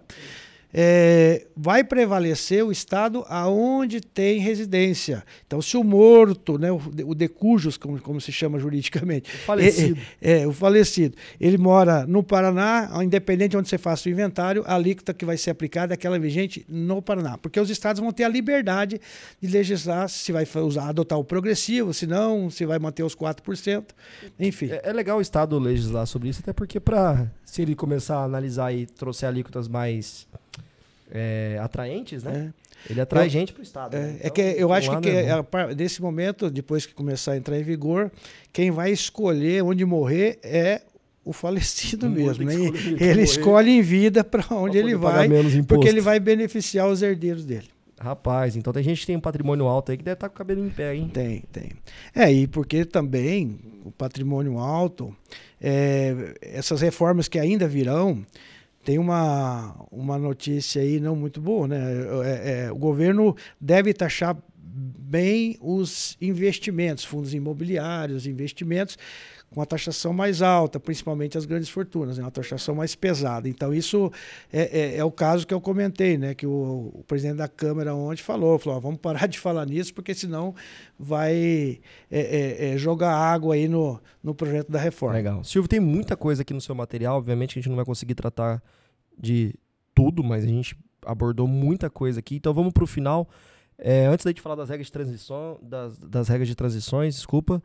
É, vai prevalecer o estado aonde tem residência. Então, se o morto, né, o, o de cujos, como, como se chama juridicamente, o falecido. É, é, o falecido, ele mora no Paraná, independente de onde você faça o inventário, a alíquota que vai ser aplicada é aquela vigente no Paraná, porque os estados vão ter a liberdade de legislar se vai usar, adotar o progressivo, se não, se vai manter os quatro por cento, enfim. É, é legal o estado legislar sobre isso, até porque para se ele começar a analisar e trouxer alíquotas mais É, atraentes, né? É. Ele atrai eu, gente para o Estado. É, né? Então, é que eu acho que, que é a, nesse momento, depois que começar a entrar em vigor, quem vai escolher onde morrer é o falecido mesmo. Né? Ele escolhe em vida para onde ele vai, porque ele vai beneficiar os herdeiros dele. Rapaz, então tem gente que tem um patrimônio alto aí que deve estar com o cabelo em pé, hein? Tem, tem. É, e porque também o patrimônio alto, é, essas reformas que ainda virão, tem uma, uma notícia aí não muito boa, né? É, é, o governo deve taxar bem os investimentos, fundos imobiliários, investimentos, com a taxação mais alta, principalmente as grandes fortunas, né? Uma taxação mais pesada. Então, isso é, é, é o caso que eu comentei, né? Que o, o presidente da Câmara ontem falou, falou, ó, vamos parar de falar nisso, porque senão vai é, é, é, jogar água aí no, no projeto da reforma. Legal. Silvio, tem muita coisa aqui no seu material, obviamente que a gente não vai conseguir tratar de tudo, mas a gente abordou muita coisa aqui, então vamos para o final. É, antes da gente falar das regras de transição, das, das regras de transições, desculpa,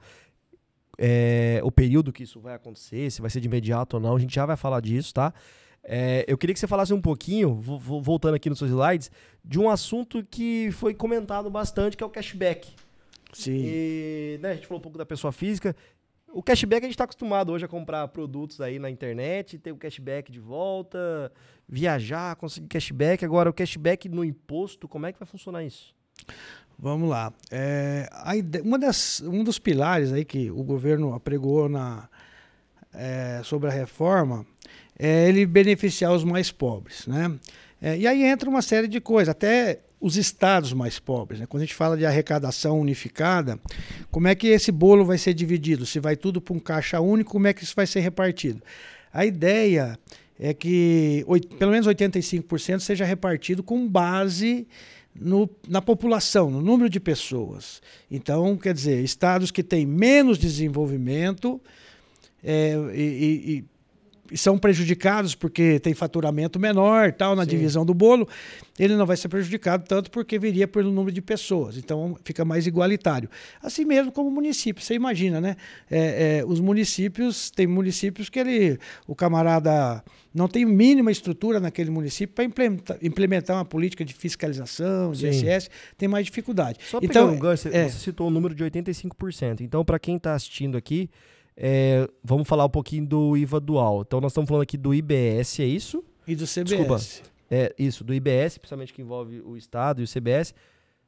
é, o período que isso vai acontecer, se vai ser de imediato ou não, a gente já vai falar disso, tá? É, eu queria que você falasse um pouquinho, vo- voltando aqui nos seus slides, de um assunto que foi comentado bastante, que é o cashback. Sim. E, né, a gente falou um pouco da pessoa física. O cashback a gente está acostumado hoje a comprar produtos aí na internet, ter o cashback de volta, viajar, conseguir cashback. Agora, o cashback no imposto, como é que vai funcionar isso? Vamos lá. É, a ideia, uma das, um dos pilares aí que o governo apregou na, é, sobre a reforma é ele beneficiar os mais pobres, né? É, e aí entra uma série de coisas, até os estados mais pobres, né? Quando a gente fala de arrecadação unificada, como é que esse bolo vai ser dividido? Se vai tudo para um caixa único, como é que isso vai ser repartido? A ideia é que oito, pelo menos oitenta e cinco por cento seja repartido com base no, na população, no número de pessoas. Então, quer dizer, estados que têm menos desenvolvimento é, e, e e são prejudicados porque tem faturamento menor, tal, na Sim. divisão do bolo, ele não vai ser prejudicado tanto porque viria pelo número de pessoas. Então, fica mais igualitário. Assim mesmo como o município, você imagina, né? É, é, os municípios, tem municípios que ele, o camarada não tem mínima estrutura naquele município para implementar, implementar uma política de fiscalização, de I S S, tem mais dificuldade. Só então, pegando um gancho, é, você citou o número de oitenta e cinco por cento. Então, para quem está assistindo aqui, É, vamos falar um pouquinho do I V A dual. Então, nós estamos falando aqui do I B S, é isso? E do C B S. Desculpa. é, isso, do I B S, principalmente que envolve o Estado e o C B S,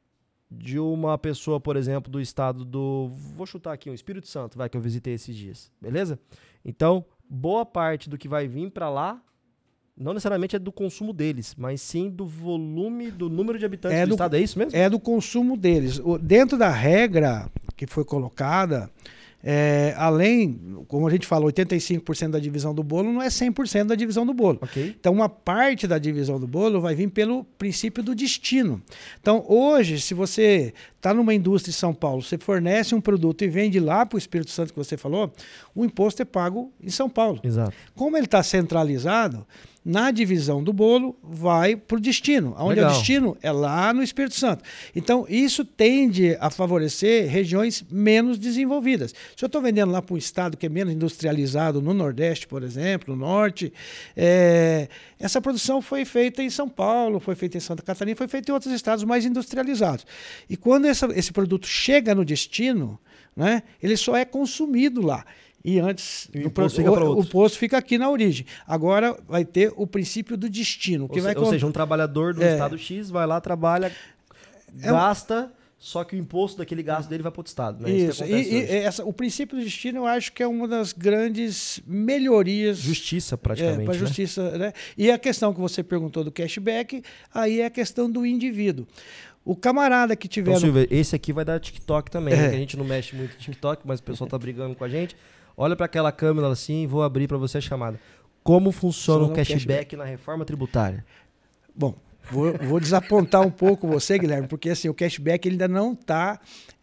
de uma pessoa, por exemplo, do Estado do... Vou chutar aqui, um Espírito Santo, vai, que eu visitei esses dias, beleza? Então, boa parte do que vai vir para lá, não necessariamente é do consumo deles, mas sim do volume, do número de habitantes É do, do Estado, é isso mesmo? É do consumo deles. O- Dentro da regra que foi colocada, é, além, como a gente falou, oitenta e cinco por cento da divisão do bolo não é cem por cento da divisão do bolo. Ok. Então, uma parte da divisão do bolo vai vir pelo princípio do destino. Então, hoje, se você está numa indústria em São Paulo, você fornece um produto e vende lá para o Espírito Santo que você falou, o imposto é pago em São Paulo. Exato. Como ele está centralizado, na divisão do bolo vai para o destino. Onde é o Legal. destino? É lá no Espírito Santo. Então, isso tende a favorecer regiões menos desenvolvidas. Se eu estou vendendo lá para um estado que é menos industrializado, no Nordeste, por exemplo, no Norte, é, essa produção foi feita em São Paulo, foi feita em Santa Catarina, foi feita em outros estados mais industrializados. E quando essa, esse produto chega no destino, né, ele só é consumido lá. E antes, E o no imposto pro- fica pra o, outros. o posto fica aqui na origem. Agora vai ter o princípio do destino. Que Ou, vai se- ou con- seja, um trabalhador do É. Estado X vai lá, trabalha, É um- gasta, só que o imposto daquele gasto dele vai para outro Estado. Né? Isso. que acontece E, e hoje. essa, o princípio do destino eu acho que é uma das grandes melhorias. Justiça, É, praticamente. para a né? justiça, né? E a questão que você perguntou do cashback, aí é a questão do indivíduo. O camarada que tiver. Então, no- Silvia, esse aqui vai dar TikTok também, É. né? Que a gente não mexe muito no TikTok, mas o pessoal tá brigando com a gente. Olha para aquela câmera assim, vou abrir para você a chamada. Como funciona Funciona o o cashback, cashback. na reforma tributária? Bom, vou, vou desapontar um pouco você, Guilherme, porque assim, o cashback ele ainda não está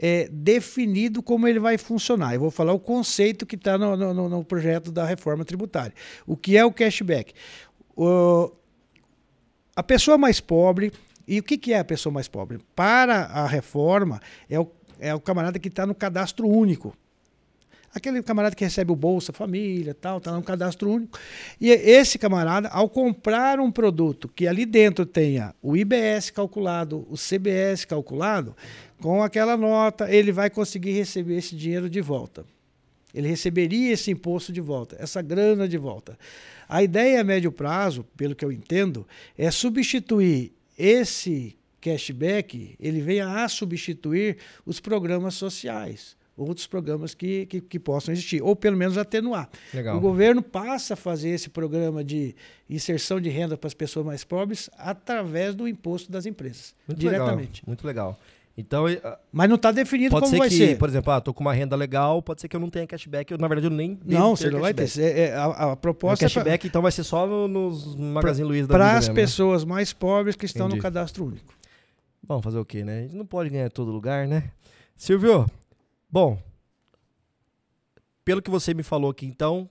definido como ele vai funcionar. Eu vou falar o conceito que está no, no- no projeto da reforma tributária. O que é o cashback? O- a pessoa mais pobre, e o que, que é a pessoa mais pobre? Para a reforma, é o, é o camarada que está no cadastro único. Aquele camarada que recebe o Bolsa Família, tal, está no cadastro único. E esse camarada, ao comprar um produto que ali dentro tenha o I B S calculado, o C B S calculado, com aquela nota, ele vai conseguir receber esse dinheiro de volta. Ele receberia esse imposto de volta, essa grana de volta. A ideia a médio prazo, pelo que eu entendo, é substituir esse cashback, ele venha a substituir os programas sociais, outros programas que, que, que possam existir, ou pelo menos atenuar. Legal. O governo passa a fazer esse programa de inserção de renda para as pessoas mais pobres através do imposto das empresas, Muito diretamente. Legal, muito legal. Então, eh, Mas não está definido pode como ser vai que, ser. por exemplo, ah, tô com uma renda legal, pode ser que eu não tenha cashback. Eu, na verdade, eu nem devo Não, ter você não vai ter. cashback. É, é, a, a O proposta é pra- cashback, então, vai ser só no- nos Magazine Luiza da para vida as mesmo, né? pessoas mais pobres que estão Entendi. no cadastro único. Bom, fazer o quê, né? A gente não pode ganhar em todo lugar, né? Silvio, bom, pelo que você me falou aqui, então,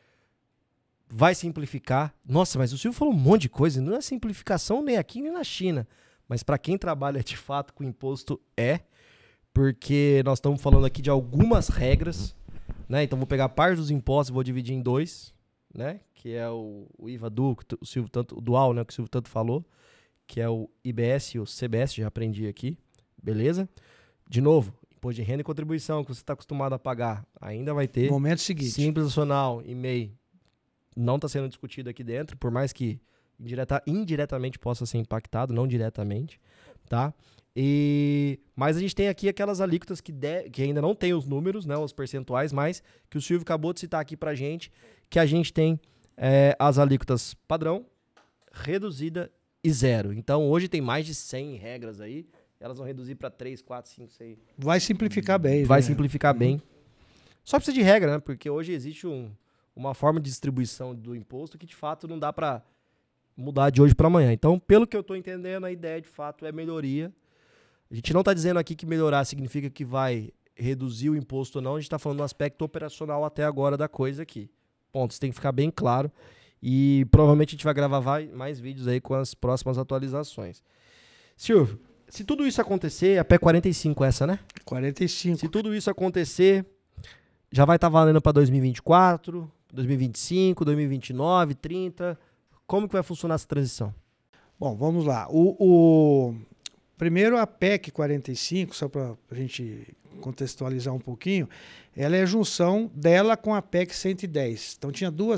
vai simplificar. Nossa, mas o Silvio falou um monte de coisa. Não é simplificação nem aqui nem na China. Mas para quem trabalha de fato com imposto é, porque nós estamos falando aqui de algumas regras, né? Então vou pegar parte dos impostos e vou dividir em dois, né? Que é o, o I V A dual, que o Silvio tanto, o dual, né? Que o Silvio tanto falou, que é o I B S e o C B S, já aprendi aqui, beleza? De novo, imposto de renda e contribuição que você está acostumado a pagar, ainda vai ter. Momento seguinte. Simples Nacional e M E I não está sendo discutido aqui dentro, por mais que indireta, indiretamente possa ser impactado, não diretamente, tá? E, mas a gente tem aqui aquelas alíquotas que, de, que ainda não tem os números, né, os percentuais, mas que o Silvio acabou de citar aqui pra gente, que a gente tem é, as alíquotas padrão, reduzida e zero. Então hoje tem mais de cem regras aí, elas vão reduzir para três, quatro, cinco, seis. Vai simplificar bem. Vai né? simplificar bem. Só precisa de regra, né? Porque hoje existe um, uma forma de distribuição do imposto que de fato não dá para mudar de hoje para amanhã. Então, pelo que eu estou entendendo, a ideia de fato é melhoria. A gente não está dizendo aqui que melhorar significa que vai reduzir o imposto ou não. A gente está falando do aspecto operacional até agora da coisa aqui. Ponto. Isso tem que ficar bem claro. E provavelmente a gente vai gravar vai- mais vídeos aí com as próximas atualizações. Silvio, se tudo isso acontecer, a P quarenta e cinco essa, né? quarenta e cinco. Se tudo isso acontecer, já vai estar valendo para dois mil e vinte e quatro, dois mil e vinte e cinco, dois mil e vinte e nove, trinta. Como que vai funcionar essa transição? Bom, vamos lá. O, o- Primeiro, a P E C quarenta e cinco, só para a gente contextualizar um pouquinho, ela é a junção dela com a P E C cento e dez. Então, tinha duas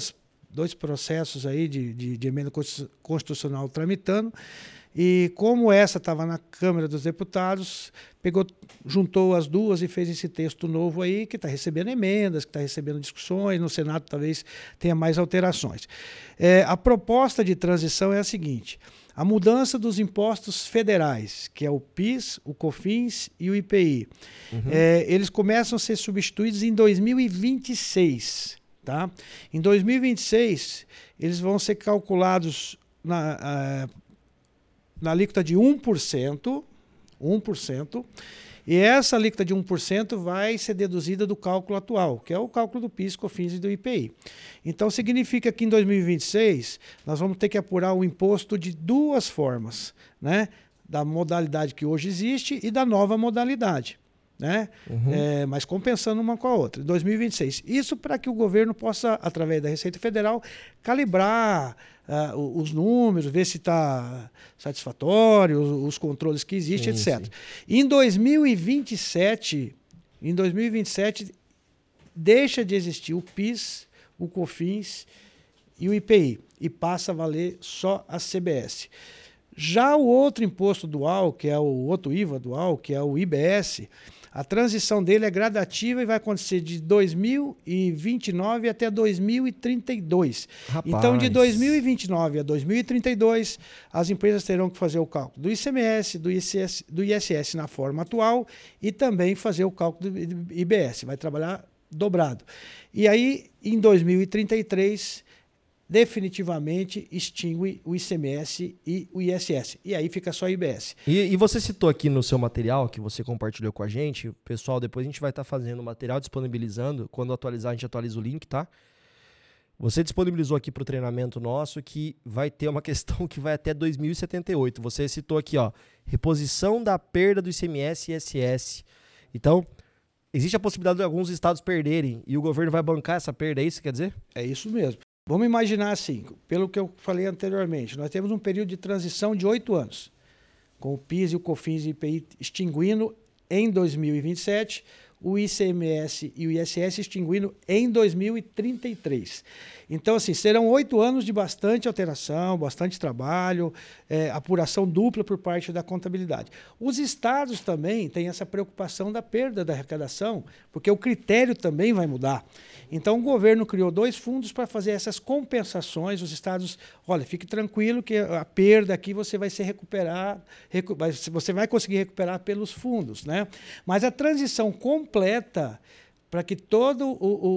dois processos aí de, de, de emenda constitucional tramitando. E como essa estava na Câmara dos Deputados, pegou, juntou as duas e fez esse texto novo aí, que está recebendo emendas, que está recebendo discussões, no Senado talvez tenha mais alterações. É, a proposta de transição é a seguinte: a mudança dos impostos federais, que é o PIS, o COFINS e o I P I, uhum. é, eles começam a ser substituídos em dois mil e vinte e seis. Tá? Em dois mil e vinte e seis, eles vão ser calculados na... A, na alíquota de um por cento, um por cento, e essa alíquota de um por cento vai ser deduzida do cálculo atual, que é o cálculo do PIS, COFINS e do I P I. Então, significa que em dois mil e vinte e seis, nós vamos ter que apurar o imposto de duas formas, né? Da modalidade que hoje existe e da nova modalidade. Né? Uhum. É, mas compensando uma com a outra, em dois mil e vinte e seis. Isso para que o governo possa, através da Receita Federal, calibrar uh, os números, ver se está satisfatório, os, os controles que existem, sim, etcétera. Sim. Em dois mil e vinte e sete, em dois mil e vinte e sete, deixa de existir o PIS, o COFINS e o I P I, e passa a valer só a C B S. Já o outro imposto dual, que é o outro I V A dual, que é o I B S, a transição dele é gradativa e vai acontecer de dois mil e vinte e nove até dois mil e trinta e dois. Rapaz. Então, de dois mil e vinte e nove a dois mil e trinta e dois, as empresas terão que fazer o cálculo do I C M S, do I C S, do I S S na forma atual e também fazer o cálculo do I B S. Vai trabalhar dobrado. E aí, em dois mil e trinta e três... definitivamente extingue o I C M S e o I S S. E aí fica só o I B S. E, e você citou aqui no seu material, que você compartilhou com a gente, pessoal, depois a gente vai estar tá fazendo o material, disponibilizando. Quando atualizar, a gente atualiza o link, tá? Você disponibilizou aqui para o treinamento nosso que vai ter uma questão que vai até dois mil e setenta e oito. Você citou aqui, ó, reposição da perda do I C M S e I S S. Então, existe a possibilidade de alguns estados perderem e o governo vai bancar essa perda, é isso que quer dizer? É isso mesmo. Vamos imaginar assim, pelo que eu falei anteriormente, nós temos um período de transição de oito anos, com o PIS e o COFINS e o I P I extinguindo em dois mil e vinte e sete, o I C M S e o I S S extinguindo em dois mil e trinta e três. Então, assim, serão oito anos de bastante alteração, bastante trabalho, é, apuração dupla por parte da contabilidade. Os estados também têm essa preocupação da perda da arrecadação, porque o critério também vai mudar. Então, o governo criou dois fundos para fazer essas compensações. Os estados, olha, fique tranquilo que a perda aqui você vai se recuperar, recu- você vai conseguir recuperar pelos fundos, né? Mas a transição completa, para que toda o, o,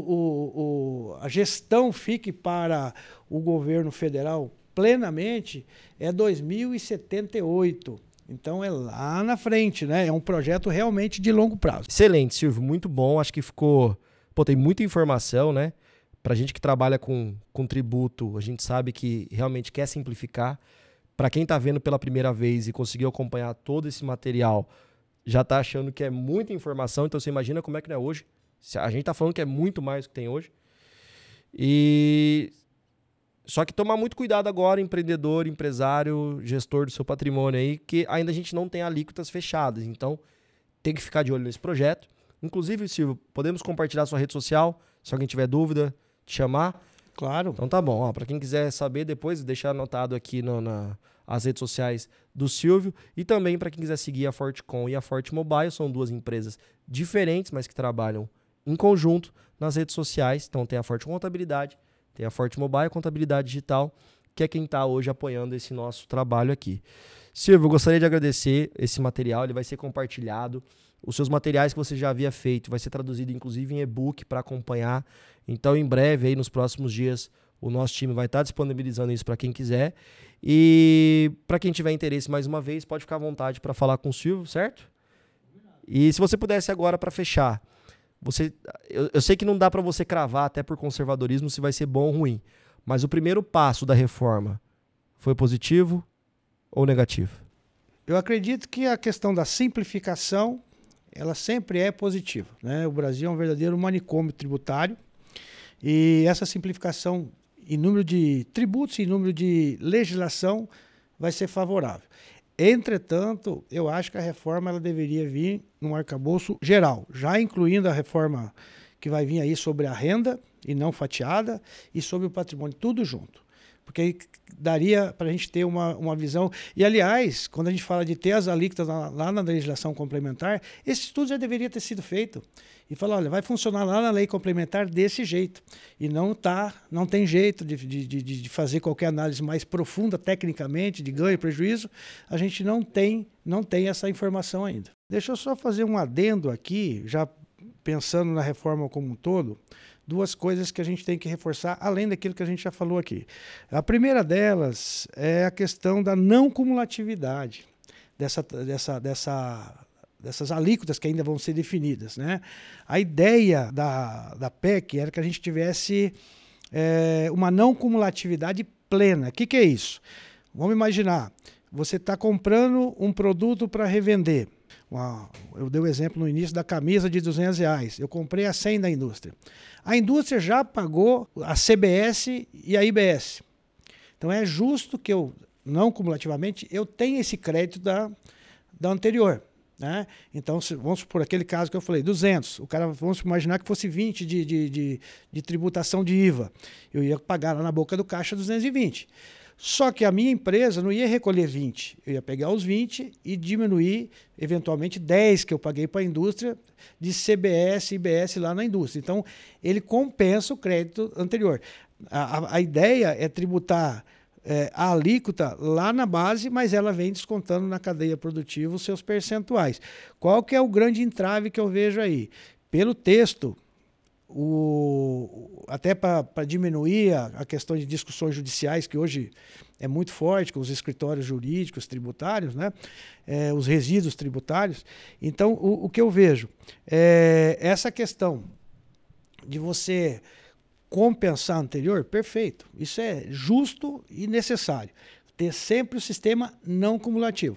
o, a gestão fique para o governo federal plenamente, é dois mil e setenta e oito. Então é lá na frente, né? É um projeto realmente de longo prazo. Excelente, Silvio, muito bom. Acho que ficou... Pô, tem muita informação, né? Pra gente que trabalha com, com tributo, a gente sabe que realmente quer simplificar. Para quem tá vendo pela primeira vez e conseguiu acompanhar todo esse material, já tá achando que é muita informação, então você imagina como é que não é hoje. A gente tá falando que é muito mais do que tem hoje. E só que tomar muito cuidado agora, empreendedor, empresário, gestor do seu patrimônio aí, que ainda a gente não tem alíquotas fechadas. Então, tem que ficar de olho nesse projeto. Inclusive, Silvio, podemos compartilhar sua rede social, se alguém tiver dúvida, te chamar. Claro. Então tá bom. Para quem quiser saber depois, deixar anotado aqui no, na, as redes sociais do Silvio. E também para quem quiser seguir a Fortecom e a Forte Mobile, são duas empresas diferentes, mas que trabalham em conjunto nas redes sociais. Então tem a Forte Contabilidade, tem a Forte Mobile Contabilidade Digital, que é quem está hoje apoiando esse nosso trabalho aqui. Silvio, eu gostaria de agradecer esse material, ele vai ser compartilhado. Os seus materiais que você já havia feito vai ser traduzido inclusive em e-book para acompanhar. Então em breve, aí, nos próximos dias, o nosso time vai estar disponibilizando isso para quem quiser. E para quem tiver interesse mais uma vez, pode ficar à vontade para falar com o Silvio, certo? E se você pudesse agora, para fechar, Você, eu, eu sei que não dá para você cravar, até por conservadorismo, se vai ser bom ou ruim. Mas o primeiro passo da reforma foi positivo ou negativo? Eu acredito que a questão da simplificação, ela sempre é positiva, né? O Brasil é um verdadeiro manicômio tributário e essa simplificação em número de tributos e em número de legislação vai ser favorável. Entretanto, eu acho que a reforma ela deveria vir num arcabouço geral, já incluindo a reforma que vai vir aí sobre a renda, e não fatiada, e sobre o patrimônio, tudo junto. Porque aí daria para a gente ter uma, uma visão. E, aliás, quando a gente fala de ter as alíquotas lá, lá na legislação complementar, esse estudo já deveria ter sido feito. E falar, olha, vai funcionar lá na lei complementar desse jeito. E não, tá, não tem jeito de, de, de, de fazer qualquer análise mais profunda, tecnicamente, de ganho e prejuízo. A gente não tem, não tem essa informação ainda. Deixa eu só fazer um adendo aqui, já pensando na reforma como um todo, duas coisas que a gente tem que reforçar, além daquilo que a gente já falou aqui. A primeira delas é a questão da não cumulatividade dessa, dessa, dessa, dessas alíquotas que ainda vão ser definidas, né? A ideia da, da P E C era que a gente tivesse é, uma não cumulatividade plena. O que, que é isso? Vamos imaginar, você está comprando um produto para revender. Uma, eu dei o exemplo no início da camisa de duzentos reais. Eu comprei a cem da indústria. A indústria já pagou a C B S e a I B S. Então é justo que eu, não cumulativamente, eu tenha esse crédito da, da anterior. Né? Então, se, vamos supor aquele caso que eu falei, duzentos. O cara, vamos imaginar que fosse vinte de, de, de, de tributação de I V A. Eu ia pagar lá na boca do caixa duzentos e vinte. Só que a minha empresa não ia recolher vinte, eu ia pegar os vinte e diminuir, eventualmente, dez que eu paguei para a indústria de C B S e I B S lá na indústria. Então, ele compensa o crédito anterior. A, a, a ideia é tributar é, a alíquota lá na base, mas ela vem descontando na cadeia produtiva os seus percentuais. Qual que é o grande entrave que eu vejo aí? Pelo texto, O, até para diminuir a, a questão de discussões judiciais, que hoje é muito forte com os escritórios jurídicos tributários, né? É, os resíduos tributários. Então, o, o que eu vejo é essa questão de você compensar anterior, perfeito. Isso é justo e necessário. Ter sempre o sistema não cumulativo.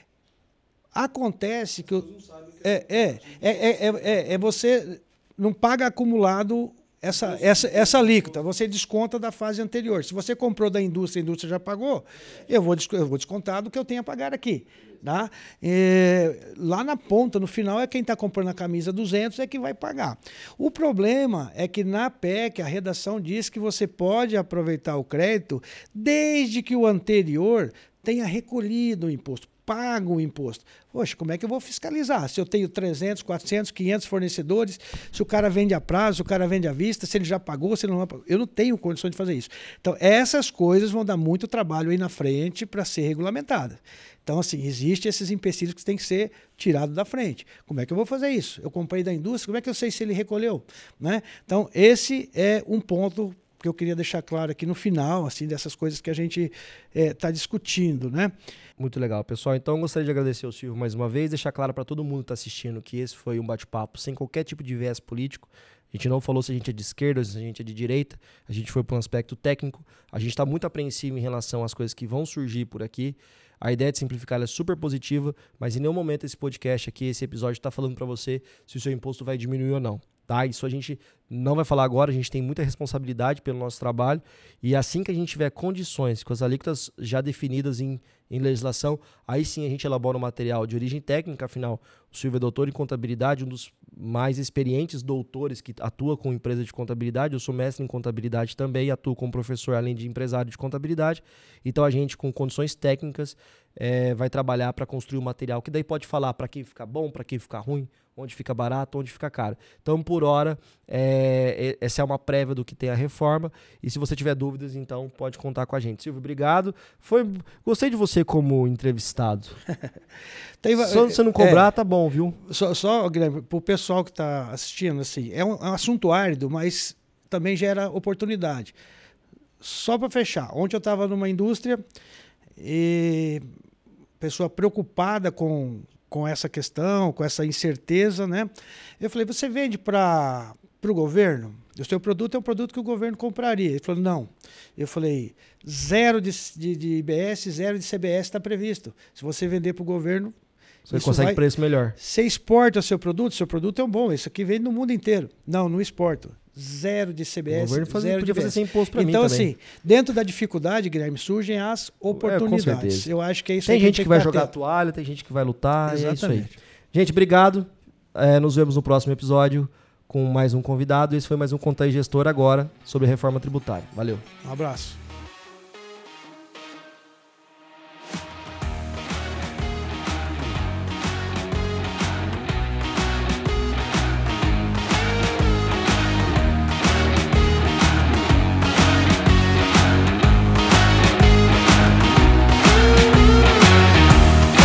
Acontece que... Eu, é, é, é, é, é, é você... não paga acumulado essa, essa, essa alíquota, você desconta da fase anterior. Se você comprou da indústria, a indústria já pagou, eu vou, eu vou descontar do que eu tenho a pagar aqui. Tá? E, lá na ponta, no final, é quem está comprando a camisa duzentos é que vai pagar. O problema é que na P E C a redação diz que você pode aproveitar o crédito desde que o anterior tenha recolhido o imposto, pago o imposto. Poxa, como é que eu vou fiscalizar? Se eu tenho trezentos, quatrocentos, quinhentos fornecedores, se o cara vende a prazo, se o cara vende à vista, se ele já pagou, se ele não pagou. Eu não tenho condições de fazer isso. Então, essas coisas vão dar muito trabalho aí na frente para ser regulamentada. Então, assim, existem esses empecilhos que têm que ser tirados da frente. Como é que eu vou fazer isso? Eu comprei da indústria, como é que eu sei se ele recolheu? Né? Então, esse é um ponto que eu queria deixar claro aqui no final, assim, dessas coisas que a gente está é, discutindo, né? Muito legal, pessoal. Então, eu gostaria de agradecer ao Silvio mais uma vez, deixar claro para todo mundo que está assistindo que esse foi um bate-papo sem qualquer tipo de viés político. A gente não falou se a gente é de esquerda ou se a gente é de direita, a gente foi para um aspecto técnico. A gente está muito apreensivo em relação às coisas que vão surgir por aqui. A ideia de simplificar é super positiva, mas em nenhum momento esse podcast aqui, esse episódio está falando para você se o seu imposto vai diminuir ou não. Tá? Isso a gente não vai falar agora, a gente tem muita responsabilidade pelo nosso trabalho e assim que a gente tiver condições, com as alíquotas já definidas em, em legislação, aí sim a gente elabora um material de origem técnica, afinal o Silvio é doutor em contabilidade, um dos mais experientes doutores que atua com empresa de contabilidade, eu sou mestre em contabilidade também, atuo como professor além de empresário de contabilidade, então a gente com condições técnicas é, vai trabalhar para construir um material que daí pode falar para quem fica bom, para quem fica ruim, onde fica barato, onde fica caro. Então, por hora, é, essa é uma prévia do que tem a reforma. E se você tiver dúvidas, então pode contar com a gente. Silvio, obrigado. Foi, gostei de você como entrevistado. Tem, só você não cobrar, é, tá bom, viu? Só, só Guilherme, para o pessoal que está assistindo, assim, é um, é um assunto árido, mas também gera oportunidade. Só para fechar, ontem eu estava numa indústria e pessoa preocupada com... com essa questão, com essa incerteza, né? Eu falei, você vende para o governo? O seu produto é um produto que o governo compraria. Ele falou, não. Eu falei, zero de, de, de I B S, zero de C B S está previsto. Se você vender para o governo... Você consegue vai, preço melhor. Você exporta o seu produto, seu produto é um bom, isso aqui vende no mundo inteiro. Não, não exporto. Zero de C B S, o governo faz, zero podia de fazer sem imposto para então, mim assim, também. Dentro da dificuldade, Guilherme, surgem as oportunidades. É, com certeza. Eu acho que é isso tem aí gente que, que vai jogar a toalha, tem gente que vai lutar, exatamente. É isso aí. Gente, obrigado. É, nos vemos no próximo episódio com mais um convidado. Esse foi mais um Conta aí Gestor agora sobre reforma tributária. Valeu. Um abraço.